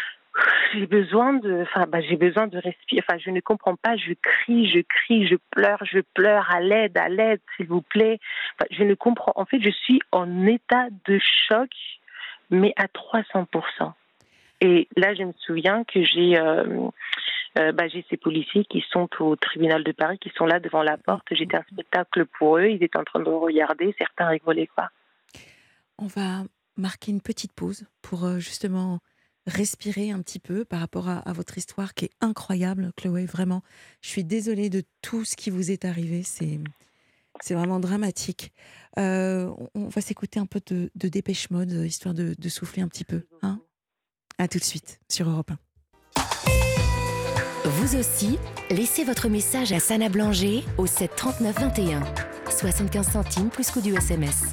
respirer. Enfin, je ne comprends pas. Je crie, je pleure. À l'aide, s'il vous plaît. Enfin, je ne comprends. En fait, je suis en état de choc, mais à 300%. Et là, je me souviens que j'ai ces policiers qui sont au tribunal de Paris, qui sont là devant la porte. J'étais un spectacle pour eux. Ils étaient en train de regarder. Certains rigolaient pas. On va marquer une petite pause pour justement respirer un petit peu par rapport à votre histoire qui est incroyable, Chloé. Vraiment, je suis désolée de tout ce qui vous est arrivé. C'est vraiment dramatique. On va s'écouter un peu de Dépêche Mode, histoire de souffler un petit peu. Hein, à tout de suite sur Europe 1. Vous aussi, laissez votre message à Sana Blanger au 7 39 21. 75 centimes plus coût du SMS.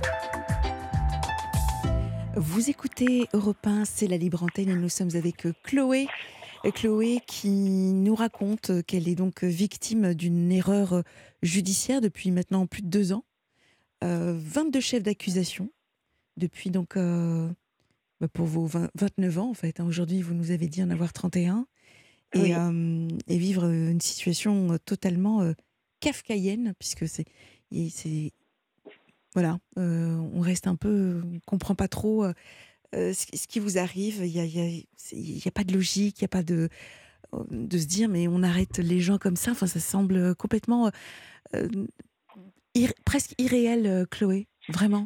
Vous écoutez Europe 1, c'est la libre antenne et nous sommes avec Chloé. Chloé qui nous raconte qu'elle est donc victime d'une erreur judiciaire depuis maintenant plus de 2 ans. 22 chefs d'accusation depuis donc pour vos 29 ans en fait. Aujourd'hui, vous nous avez dit en avoir 31 et, oui. Et vivre une situation totalement kafkaïenne puisque c'est voilà, on reste un peu, on comprend pas trop ce qui vous arrive. Il y a pas de logique, il y a pas de se dire mais on arrête les gens comme ça. Enfin, ça semble complètement presque irréel, Chloé, vraiment.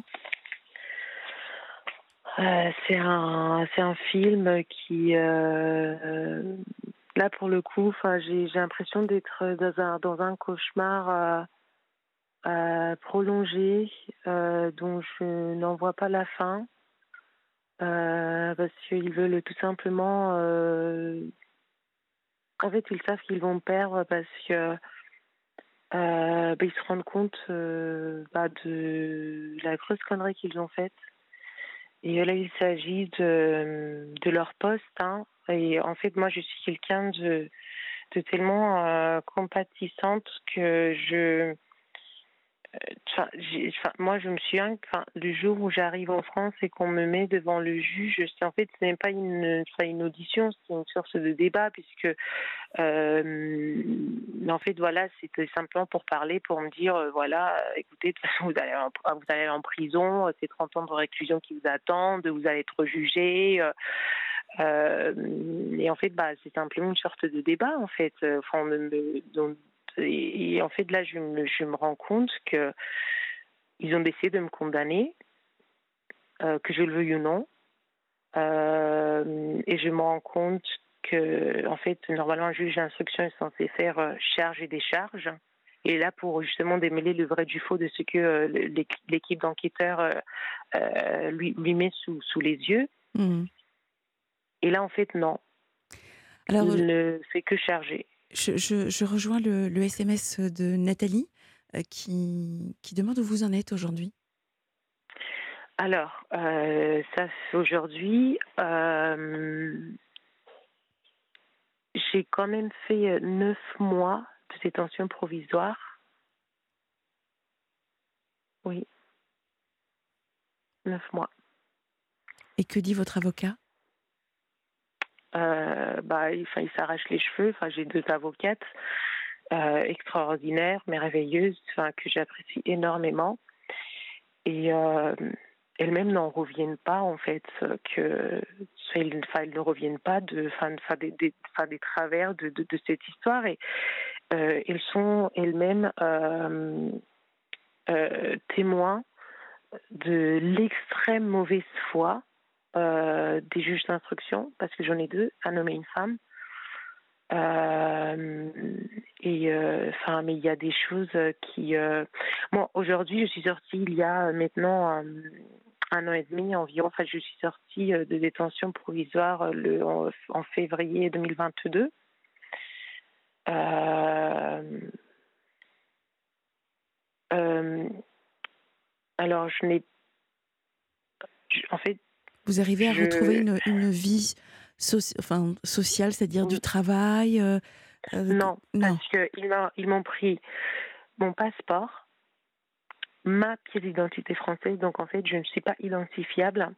C'est un film qui là pour le coup, j'ai l'impression d'être dans un cauchemar. Prolongé, dont je n'en vois pas la fin, parce qu'ils veulent tout simplement... en fait, ils savent qu'ils vont perdre parce que ils se rendent compte de la grosse connerie qu'ils ont faite. Et là, il s'agit de leur poste. Hein. Et en fait, moi, je suis quelqu'un de tellement compatissante que moi, je me souviens que le jour où j'arrive en France et qu'on me met devant le juge, en fait, ce n'est pas une audition, c'est une sorte de débat, puisque, en fait, voilà, c'était simplement pour parler, pour me dire, voilà, écoutez, de toute façon, vous allez aller en prison, c'est 30 ans de réclusion qui vous attendent, vous allez être jugé. Et en fait, c'est simplement une sorte de débat, en fait. Et en fait, là, je me rends compte que ils ont décidé de me condamner, que je le veuille ou non. Et je me rends compte que, en fait, normalement, un juge d'instruction est censé faire charge et décharge. Et là, pour justement démêler le vrai du faux de ce que l'équipe d'enquêteurs lui met sous les yeux. Mmh. Et là, en fait, non. Alors, il ne fait que charger. Je rejoins le SMS de Nathalie qui demande où vous en êtes aujourd'hui. Alors, ça aujourd'hui, j'ai quand même fait 9 mois de détention provisoire. Oui. 9 mois. Et que dit votre avocat ? Il s'arrache les cheveux. J'ai 2 avocates extraordinaires, merveilleuses, que j'apprécie énormément. Et elles-mêmes n'en reviennent pas, en fait, elles ne reviennent pas des travers de cette histoire. Et elles sont elles-mêmes témoins de l'extrême mauvaise foi des juges d'instruction, parce que j'en ai 2, un homme et une femme. Mais il y a des choses qui... Moi, aujourd'hui, je suis sortie il y a maintenant 1 an et demi environ. Je suis sortie de détention provisoire en février 2022. Alors, en fait... Vous arrivez à retrouver une vie sociale, c'est-à-dire du travail Non, parce qu'ils m'ont pris mon passeport, ma pièce d'identité française, donc en fait, je ne suis pas identifiable.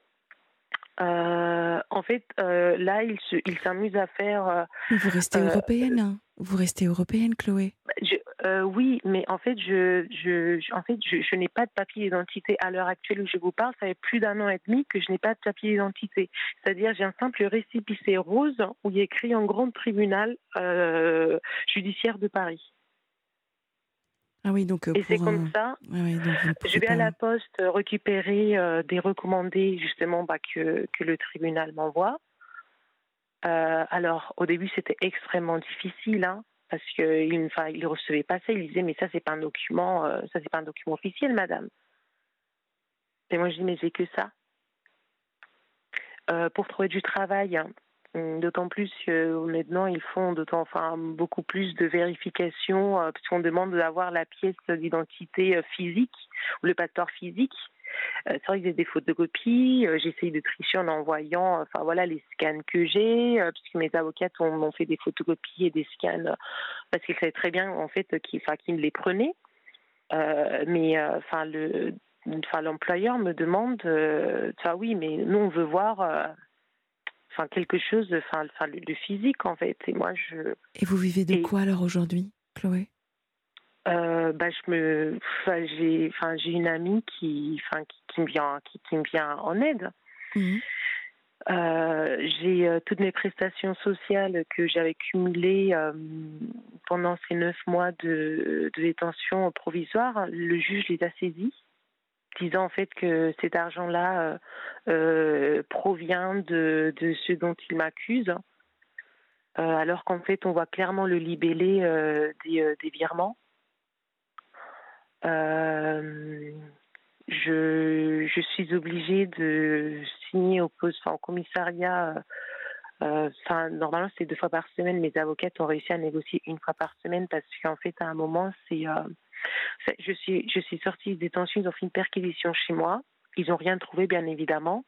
En fait, là, ils s'amusent à faire... Vous restez européenne. Vous restez européenne, Chloé. Oui, mais en fait, je n'ai pas de papier d'identité à l'heure actuelle où je vous parle. Ça fait plus d'1 an et demi que je n'ai pas de papier d'identité. C'est-à-dire, j'ai un simple récépissé rose où il y a écrit en grand tribunal judiciaire de Paris. Ah oui, donc et c'est comme ça. Ah oui, donc je vais à la poste récupérer des recommandés justement que le tribunal m'envoie. Alors au début c'était extrêmement difficile, parce qu'il ne recevait pas ça. Il disait mais ça c'est pas un document, officiel, madame. Et moi je dis mais j'ai que ça. Pour trouver du travail. D'autant plus que maintenant ils font beaucoup plus de vérifications puisqu'on demande d'avoir la pièce d'identité physique ou le passeport physique. C'est vrai que j'ai des photocopies, j'essaye de tricher en envoyant les scans que j'ai, puisque mes avocates m'ont fait des photocopies et des scans parce qu'ils savaient très bien en fait qu'ils me les prenaient. L'employeur me demande oui, mais nous on veut voir quelque chose, le physique en fait. Et moi Et vous vivez de quoi alors aujourd'hui, Chloé? J'ai une amie qui me vient en aide. Mmh. J'ai toutes mes prestations sociales que j'avais cumulées pendant ces 9 mois de détention provisoire. Le juge les a saisies, disant en fait que cet argent-là provient de ce dont il m'accuse, alors qu'en fait on voit clairement le libellé des virements. Je suis obligée de signer au commissariat. Normalement, c'est 2 fois par semaine. Mes avocates ont réussi à négocier 1 fois par semaine parce qu'en fait, à un moment, je suis sortie de détention. Ils ont fait une perquisition chez moi. Ils n'ont rien trouvé, bien évidemment.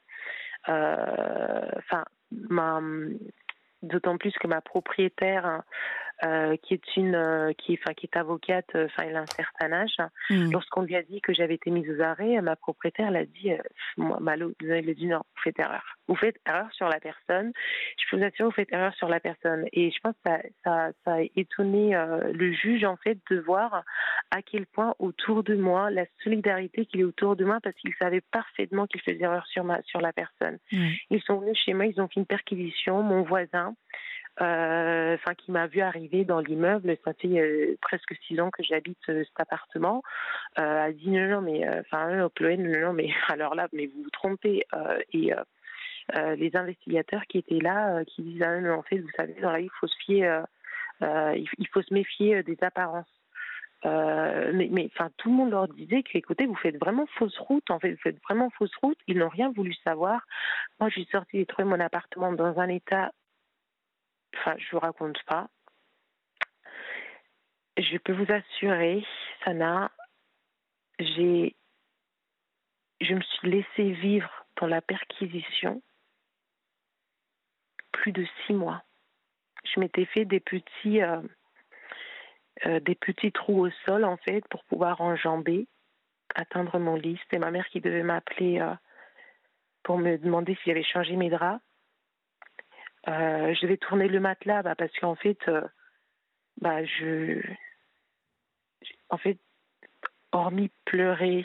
D'autant plus que ma propriétaire qui est avocate, elle a un certain âge. Lorsqu'on lui a dit que j'avais été mise aux arrêts, ma propriétaire l'a dit, Malo, elle a dit non, vous faites erreur. Vous faites erreur sur la personne. Je peux vous assurer, vous faites erreur sur la personne. Et je pense que ça a étonné le juge, en fait, de voir à quel point autour de moi, la solidarité qu'il est autour de moi, parce qu'il savait parfaitement qu'il faisait erreur sur la personne. Ils sont venus chez moi, ils ont fait une perquisition. Mon voisin, qui m'a vu arriver dans l'immeuble, ça fait presque 6 ans que j'habite cet appartement, a dit Chloé, non, mais alors là, mais vous vous trompez. Les investigateurs qui étaient là, qui disent non, en fait, vous savez, dans la vie, il faut se fier, il faut se méfier des apparences. Mais tout le monde leur disait que, écoutez, vous faites vraiment fausse route. En fait, vous faites vraiment fausse route. Ils n'ont rien voulu savoir. Moi, j'ai sorti, j'ai trouvé mon appartement dans un état. Je vous raconte pas. Je peux vous assurer, Sana, je me suis laissée vivre dans la perquisition plus de 6 mois. Je m'étais fait des petits trous au sol, en fait, pour pouvoir enjamber, atteindre mon lit. C'était ma mère qui devait m'appeler pour me demander si j'avais changé mes draps. Je devais tourner le matelas parce qu'en fait, hormis pleurer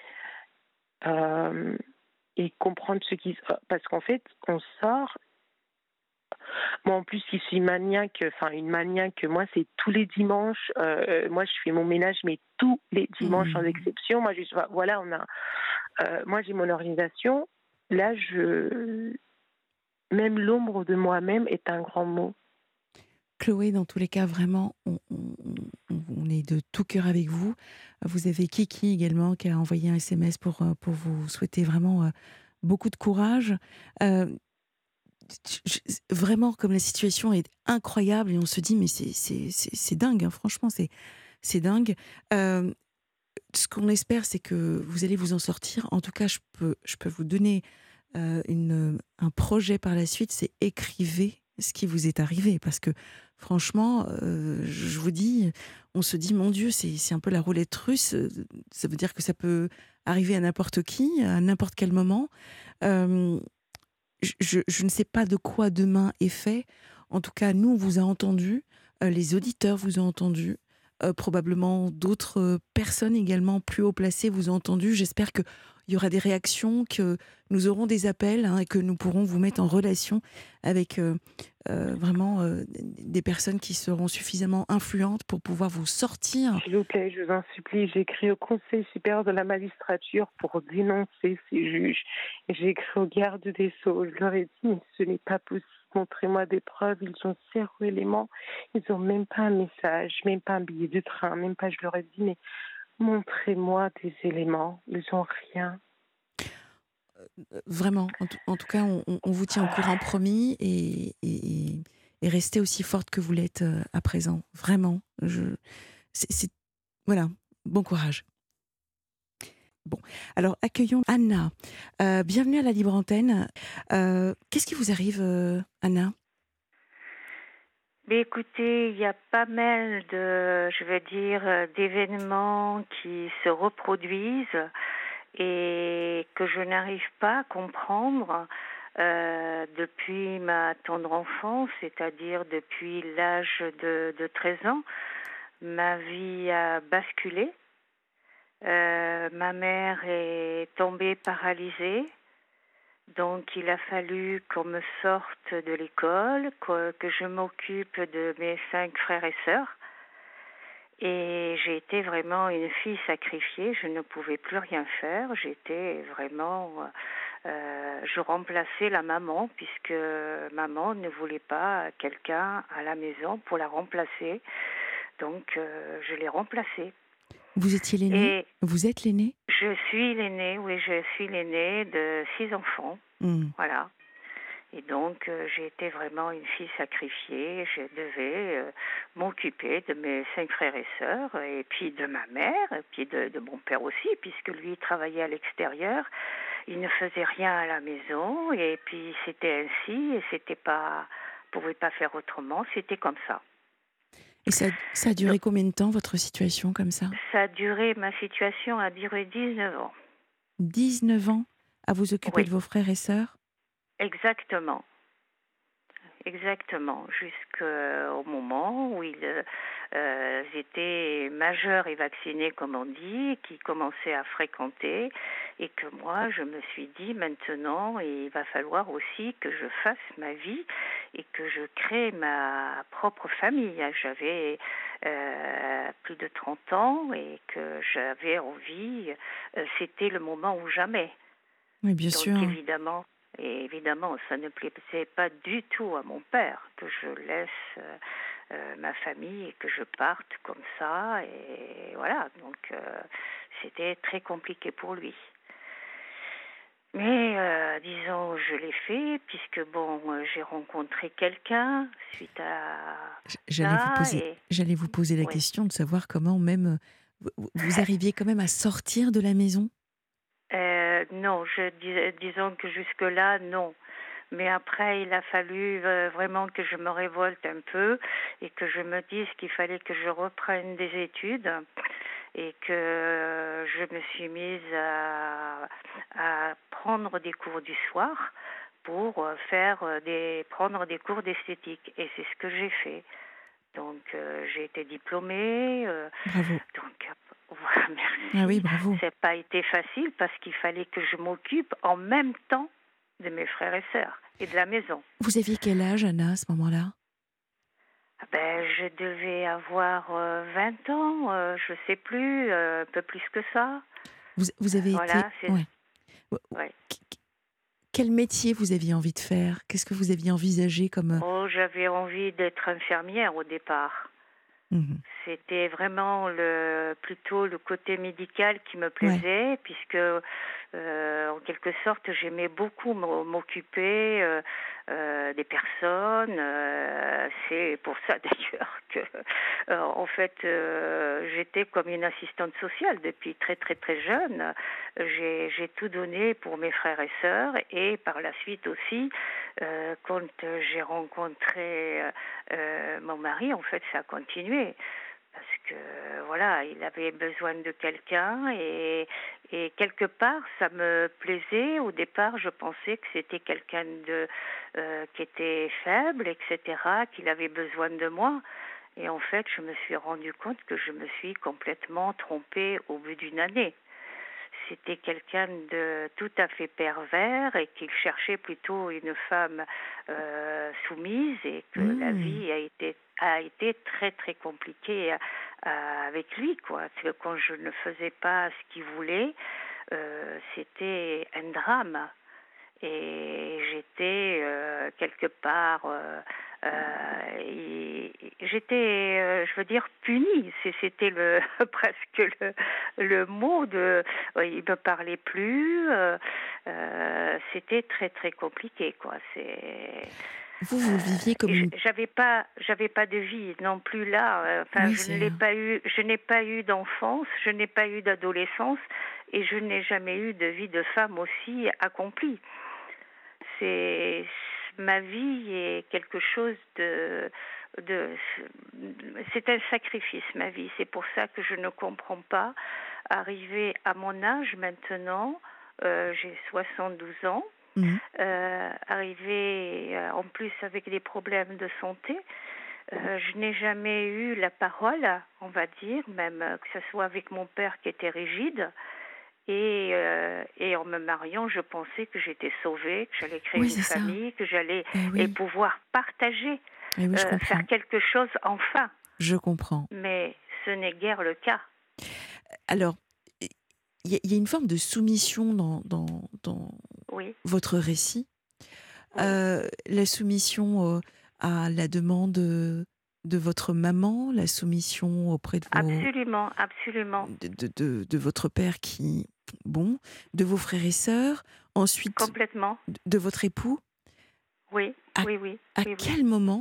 et comprendre ce qui... Parce qu'en fait, on sort... Moi, en plus, je suis une maniaque, moi, c'est tous les dimanches. Moi, je fais mon ménage, mais tous les dimanches, sans exception. Moi, moi, j'ai mon organisation. Là, même l'ombre de moi-même est un grand mot. Chloé, dans tous les cas, vraiment, on est de tout cœur avec vous. Vous avez Kiki également qui a envoyé un SMS pour vous souhaiter vraiment beaucoup de courage. Vraiment, comme la situation est incroyable et on se dit, mais c'est dingue, hein, franchement, c'est dingue. Ce qu'on espère, c'est que vous allez vous en sortir. En tout cas, je peux vous donner un projet par la suite, c'est écrivez ce qui vous est arrivé, parce que franchement, je vous dis, on se dit, mon Dieu, c'est un peu la roulette russe. Ça veut dire que ça peut arriver à n'importe qui, à n'importe quel moment. Je ne sais pas de quoi demain est fait. En tout cas, nous, on vous a entendu, les auditeurs vous ont entendu, probablement d'autres personnes également plus haut placées vous ont entendu. J'espère qu'il y aura des réactions, que nous aurons des appels et que nous pourrons vous mettre en relation avec vraiment des personnes qui seront suffisamment influentes pour pouvoir vous sortir. S'il vous plaît, je vous en supplie, j'ai écrit au Conseil supérieur de la magistrature pour dénoncer ces juges. J'ai écrit au garde des Sceaux. Je leur ai dit, mais ce n'est pas possible. Montrez-moi des preuves. Ils ont 0 éléments. Ils n'ont même pas un message, même pas un billet de train, même pas. Je leur ai dit, mais montrez-moi des éléments. Ils n'ont rien. Vraiment, en tout cas, on vous tient au courant, promis, et restez aussi forte que vous l'êtes à présent. Vraiment. Voilà, bon courage. Bon, alors accueillons Anna. Bienvenue à la Libre Antenne. Qu'est-ce qui vous arrive, Anna ? Mais écoutez, il y a pas mal d'événements qui se reproduisent et que je n'arrive pas à comprendre depuis ma tendre enfance, c'est-à-dire depuis l'âge de 13 ans. Ma vie a basculé. Ma mère est tombée paralysée. Donc, il a fallu qu'on me sorte de l'école, que je m'occupe de mes 5 frères et sœurs. Et j'ai été vraiment une fille sacrifiée. Je ne pouvais plus rien faire. J'étais vraiment... je remplaçais la maman, puisque maman ne voulait pas quelqu'un à la maison pour la remplacer. Donc, je l'ai remplacée. Vous étiez l'aînée ? Vous êtes l'aînée ? Je suis l'aînée, oui, je suis l'aînée de 6 enfants. Voilà. Et donc, j'ai été vraiment une fille sacrifiée. Je devais m'occuper de mes 5 frères et sœurs, et puis de ma mère, et puis de mon père aussi, puisque lui travaillait à l'extérieur. Il ne faisait rien à la maison, et puis c'était ainsi, et pouvait pas faire autrement, c'était comme ça. Et ça a duré combien de temps, votre situation comme ça ? Ma situation a duré 19 ans. 19 ans à vous occuper de vos frères et sœurs ? Exactement. Exactement, jusqu'au moment où ils étaient majeurs et vaccinés, comme on dit, qui commençaient à fréquenter, et que moi, je me suis dit, maintenant, il va falloir aussi que je fasse ma vie et que je crée ma propre famille. J'avais plus de 30 ans et que j'avais envie, c'était le moment ou jamais. Oui, bien Donc, sûr. évidemment, ça ne plaisait pas du tout à mon père que je laisse ma famille et que je parte comme ça. Et voilà, donc c'était très compliqué pour lui. Mais disons, je l'ai fait puisque j'ai rencontré quelqu'un suite à J'allais vous poser la question de savoir comment même vous arriviez quand même à sortir de la maison. Non, disons que jusque-là, non. Mais après, il a fallu vraiment que je me révolte un peu et que je me dise qu'il fallait que je reprenne des études et que je me suis mise à prendre des cours du soir pour prendre des cours d'esthétique. Et c'est ce que j'ai fait. Donc, j'ai été diplômée. Bravo. Donc, voilà, merci. Ah oui, bravo. Ça n'a pas été facile parce qu'il fallait que je m'occupe en même temps de mes frères et sœurs et de la maison. Vous aviez quel âge, Anna, à ce moment-là ? Je devais avoir 20 ans, je ne sais plus, un peu plus que ça. Vous avez été... Ouais. Quel métier vous aviez envie de faire ? Qu'est-ce que vous aviez envisagé comme... J'avais envie d'être infirmière au départ. C'était vraiment plutôt le côté médical qui me plaisait, puisque en quelque sorte j'aimais beaucoup m'occuper des personnes. C'est pour ça d'ailleurs que en fait j'étais comme une assistante sociale depuis très très très jeune. J'ai tout donné pour mes frères et sœurs, et par la suite aussi quand j'ai rencontré mon mari, en fait ça a continué. Parce que voilà, il avait besoin de quelqu'un et quelque part ça me plaisait. Au départ, je pensais que c'était quelqu'un qui était faible, etc., qu'il avait besoin de moi. Et en fait, je me suis rendu compte que je me suis complètement trompée au bout d'une année. C'était quelqu'un de tout à fait pervers et qu'il cherchait plutôt une femme soumise, et que la vie a été très très compliquée avec lui, quoi. Quand je ne faisais pas ce qu'il voulait, c'était un drame. Et j'étais quelque part, j'étais, je veux dire, punie. C'était presque le mot de. Il me parlait plus. C'était très très compliqué, quoi. Vous viviez comme une... J'avais pas de vie non plus là. Je n'ai pas eu d'enfance, je n'ai pas eu d'adolescence, et je n'ai jamais eu de vie de femme aussi accomplie. Ma vie est quelque chose c'est un sacrifice, ma vie. C'est pour ça que je ne comprends pas. Arrivé à mon âge maintenant, j'ai 72 ans. Arrivé en plus avec des problèmes de santé, je n'ai jamais eu la parole, on va dire, même que ce soit avec mon père qui était rigide. Et en me mariant, je pensais que j'étais sauvée, que j'allais créer une famille, que j'allais et pouvoir partager, faire quelque chose enfin. Je comprends. Mais ce n'est guère le cas. Alors, il y a une forme de soumission dans votre récit. La soumission à la demande de votre maman, la soumission auprès de vos... Absolument. De votre père de vos frères et sœurs, ensuite complètement. De votre époux. Oui. À quel moment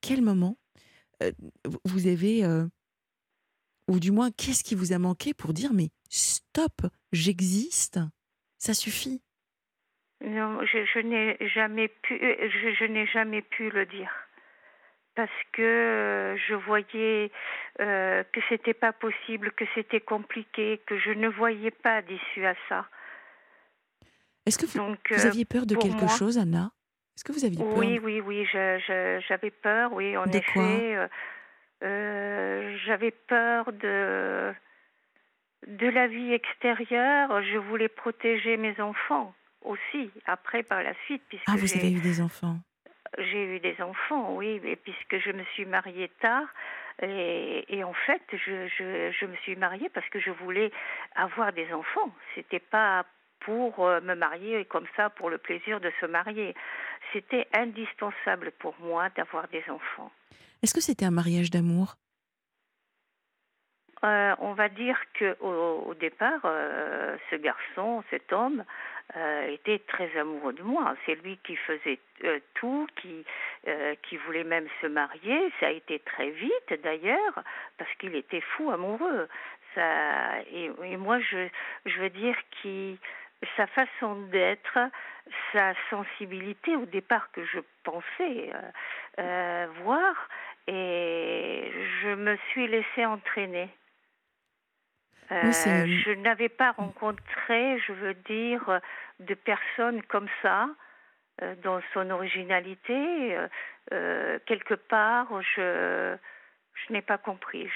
vous avez, ou du moins, qu'est-ce qui vous a manqué pour dire mais stop, j'existe, ça suffit? Non, je n'ai jamais pu le dire. parce que je voyais que c'était pas possible, que c'était compliqué, que je ne voyais pas d'issue à ça. Est-ce que vous aviez peur de quelque chose, Anna? Est-ce que vous aviez peur? Oui, j'avais peur, oui, en effet. J'avais peur de la vie extérieure. Je voulais protéger mes enfants aussi, après, par la suite. Ah, vous avez eu des enfants? J'ai eu des enfants, oui, et puisque je me suis mariée tard. Et en fait, je me suis mariée parce que je voulais avoir des enfants. C'était pas pour me marier comme ça, pour le plaisir de se marier. C'était indispensable pour moi d'avoir des enfants. Est-ce que c'était un mariage d'amour? On va dire qu'au départ, ce garçon, cet homme, était très amoureux de moi. C'est lui qui faisait tout, qui voulait même se marier. Ça a été très vite d'ailleurs, parce qu'il était fou amoureux. Et moi, je veux dire sa façon d'être, sa sensibilité au départ que je pensais voir, et je me suis laissée entraîner. Je n'avais pas rencontré, je veux dire, de personnes comme ça, dans son originalité. Quelque part, je n'ai pas compris.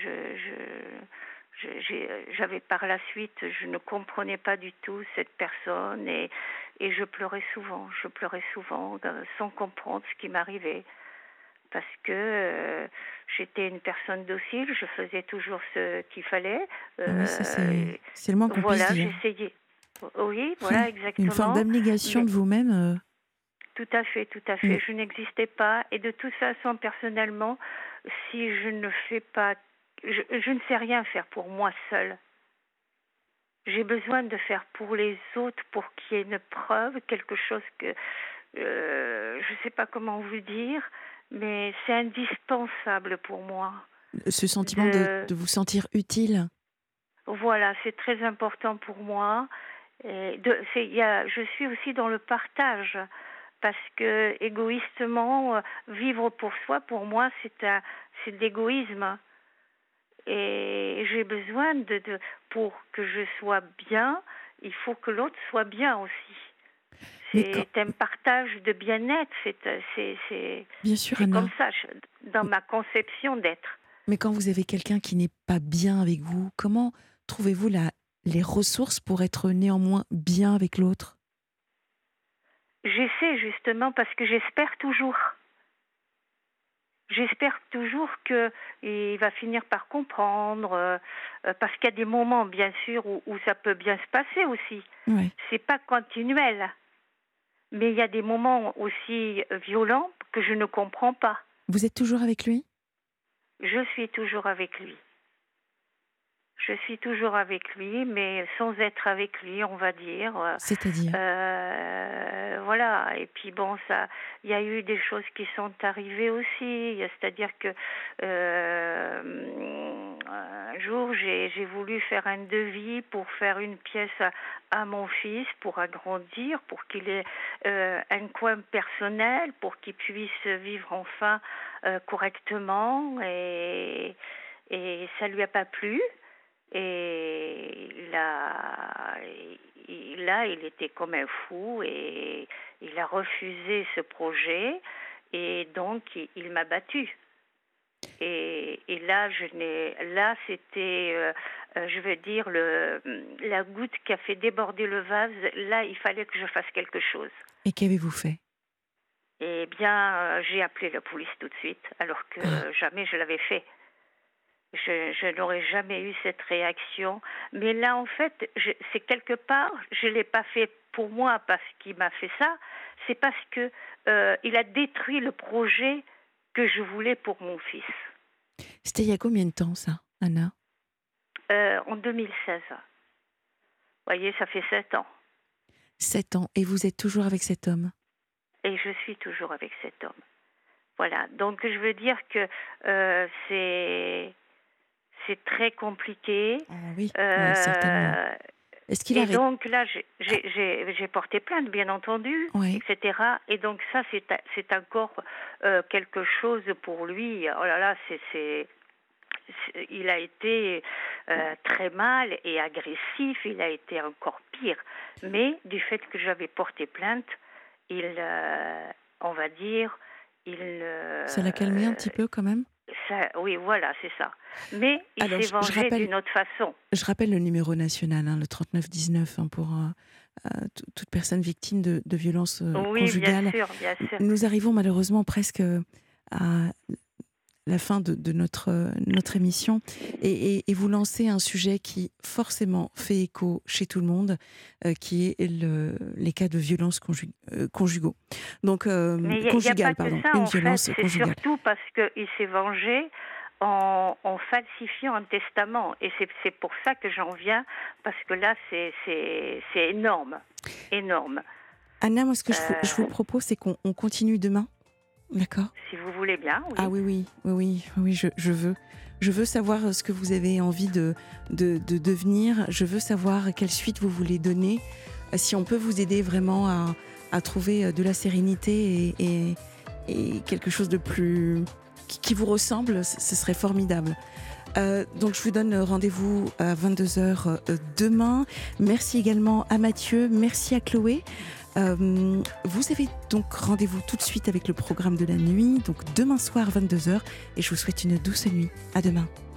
J'avais par la suite, je ne comprenais pas du tout cette personne et je pleurais souvent. Je pleurais souvent sans comprendre ce qui m'arrivait. Parce que j'étais une personne docile, je faisais toujours ce qu'il fallait. Oui, c'est le moins qu'on puisse dire. Voilà, j'essayais. Oui, voilà, exactement. Une forme d'abnégation de vous-même. Tout à fait. Je n'existais pas. Et de toute façon, personnellement, si je ne fais pas... Je ne sais rien faire pour moi seule. J'ai besoin de faire pour les autres, pour qu'il y ait une preuve, quelque chose que... je ne sais pas comment vous dire... Mais c'est indispensable pour moi. Ce sentiment de vous sentir utile. Voilà, c'est très important pour moi. Je suis aussi dans le partage. Parce que égoïstement, vivre pour soi, pour moi, c'est de l'égoïsme. Et j'ai besoin pour que je sois bien, il faut que l'autre soit bien aussi. C'est un partage de bien-être, bien sûr, c'est Anna. comme ça, dans ma conception d'être. Mais quand vous avez quelqu'un qui n'est pas bien avec vous, comment trouvez-vous les ressources pour être néanmoins bien avec l'autre? J'essaie justement parce que j'espère toujours. J'espère toujours qu'il va finir par comprendre, parce qu'il y a des moments, bien sûr, où ça peut bien se passer aussi. Ouais. C'est pas continuel. Mais il y a des moments aussi violents que je ne comprends pas. Vous êtes toujours avec lui? Je suis toujours avec lui. Je suis toujours avec lui, mais sans être avec lui, on va dire. C'est-à-dire voilà. Et puis bon, il y a eu des choses qui sont arrivées aussi. C'est-à-dire que un jour, j'ai voulu faire un devis pour faire une pièce à mon fils, pour agrandir, pour qu'il ait un coin personnel, pour qu'il puisse vivre enfin correctement. Et ça lui a pas plu. Et il était comme un fou et il a refusé ce projet et donc il m'a battue. Et là, c'était, je veux dire, la goutte qui a fait déborder le vase. Là, il fallait que je fasse quelque chose. Et qu'avez-vous fait? Eh bien, j'ai appelé la police tout de suite, alors que jamais je l'avais fait. Je n'aurais jamais eu cette réaction. Mais là, en fait, c'est quelque part, je ne l'ai pas fait pour moi parce qu'il m'a fait ça. C'est parce que il a détruit le projet que je voulais pour mon fils. C'était il y a combien de temps, ça, Anna? En 2016. Vous voyez, ça fait 7 ans. 7 ans. Et vous êtes toujours avec cet homme? Et je suis toujours avec cet homme. Voilà. Donc, je veux dire que c'est très compliqué. Ah oui, certainement. Est-ce qu'il et donc là, j'ai porté plainte, bien entendu, etc. Et donc ça, c'est encore quelque chose pour lui. Oh là là, il a été très mal et agressif. Il a été encore pire. Mais du fait que j'avais porté plainte, on va dire, ça l'a calmé un petit peu quand même. Oui, voilà, c'est ça. Mais il s'est vengé d'une autre façon. Je rappelle le numéro national, le 3919, pour toute personne victime de violences conjugales. Oui, bien sûr. Nous arrivons malheureusement presque à la fin de notre émission et vous lancez un sujet qui forcément fait écho chez tout le monde, qui est les cas de violences conjugaux. Donc, conjugales, pardon. Une violence conjugale. C'est surtout parce qu'il s'est vengé en falsifiant un testament. Et c'est pour ça que j'en viens, parce que là, c'est énorme. Énorme. Anna, moi, ce que je vous propose, c'est qu'on continue demain. D'accord. Si vous voulez bien. Oui. Ah oui, je veux. Je veux savoir ce que vous avez envie de devenir. Je veux savoir quelle suite vous voulez donner. Si on peut vous aider vraiment à trouver de la sérénité et quelque chose de plus qui vous ressemble, ce serait formidable. Donc je vous donne rendez-vous à 22h demain. Merci également à Mathieu, merci à Chloé. Vous avez donc rendez-vous tout de suite avec le programme de la nuit, donc demain soir 22h, et je vous souhaite une douce nuit. À demain.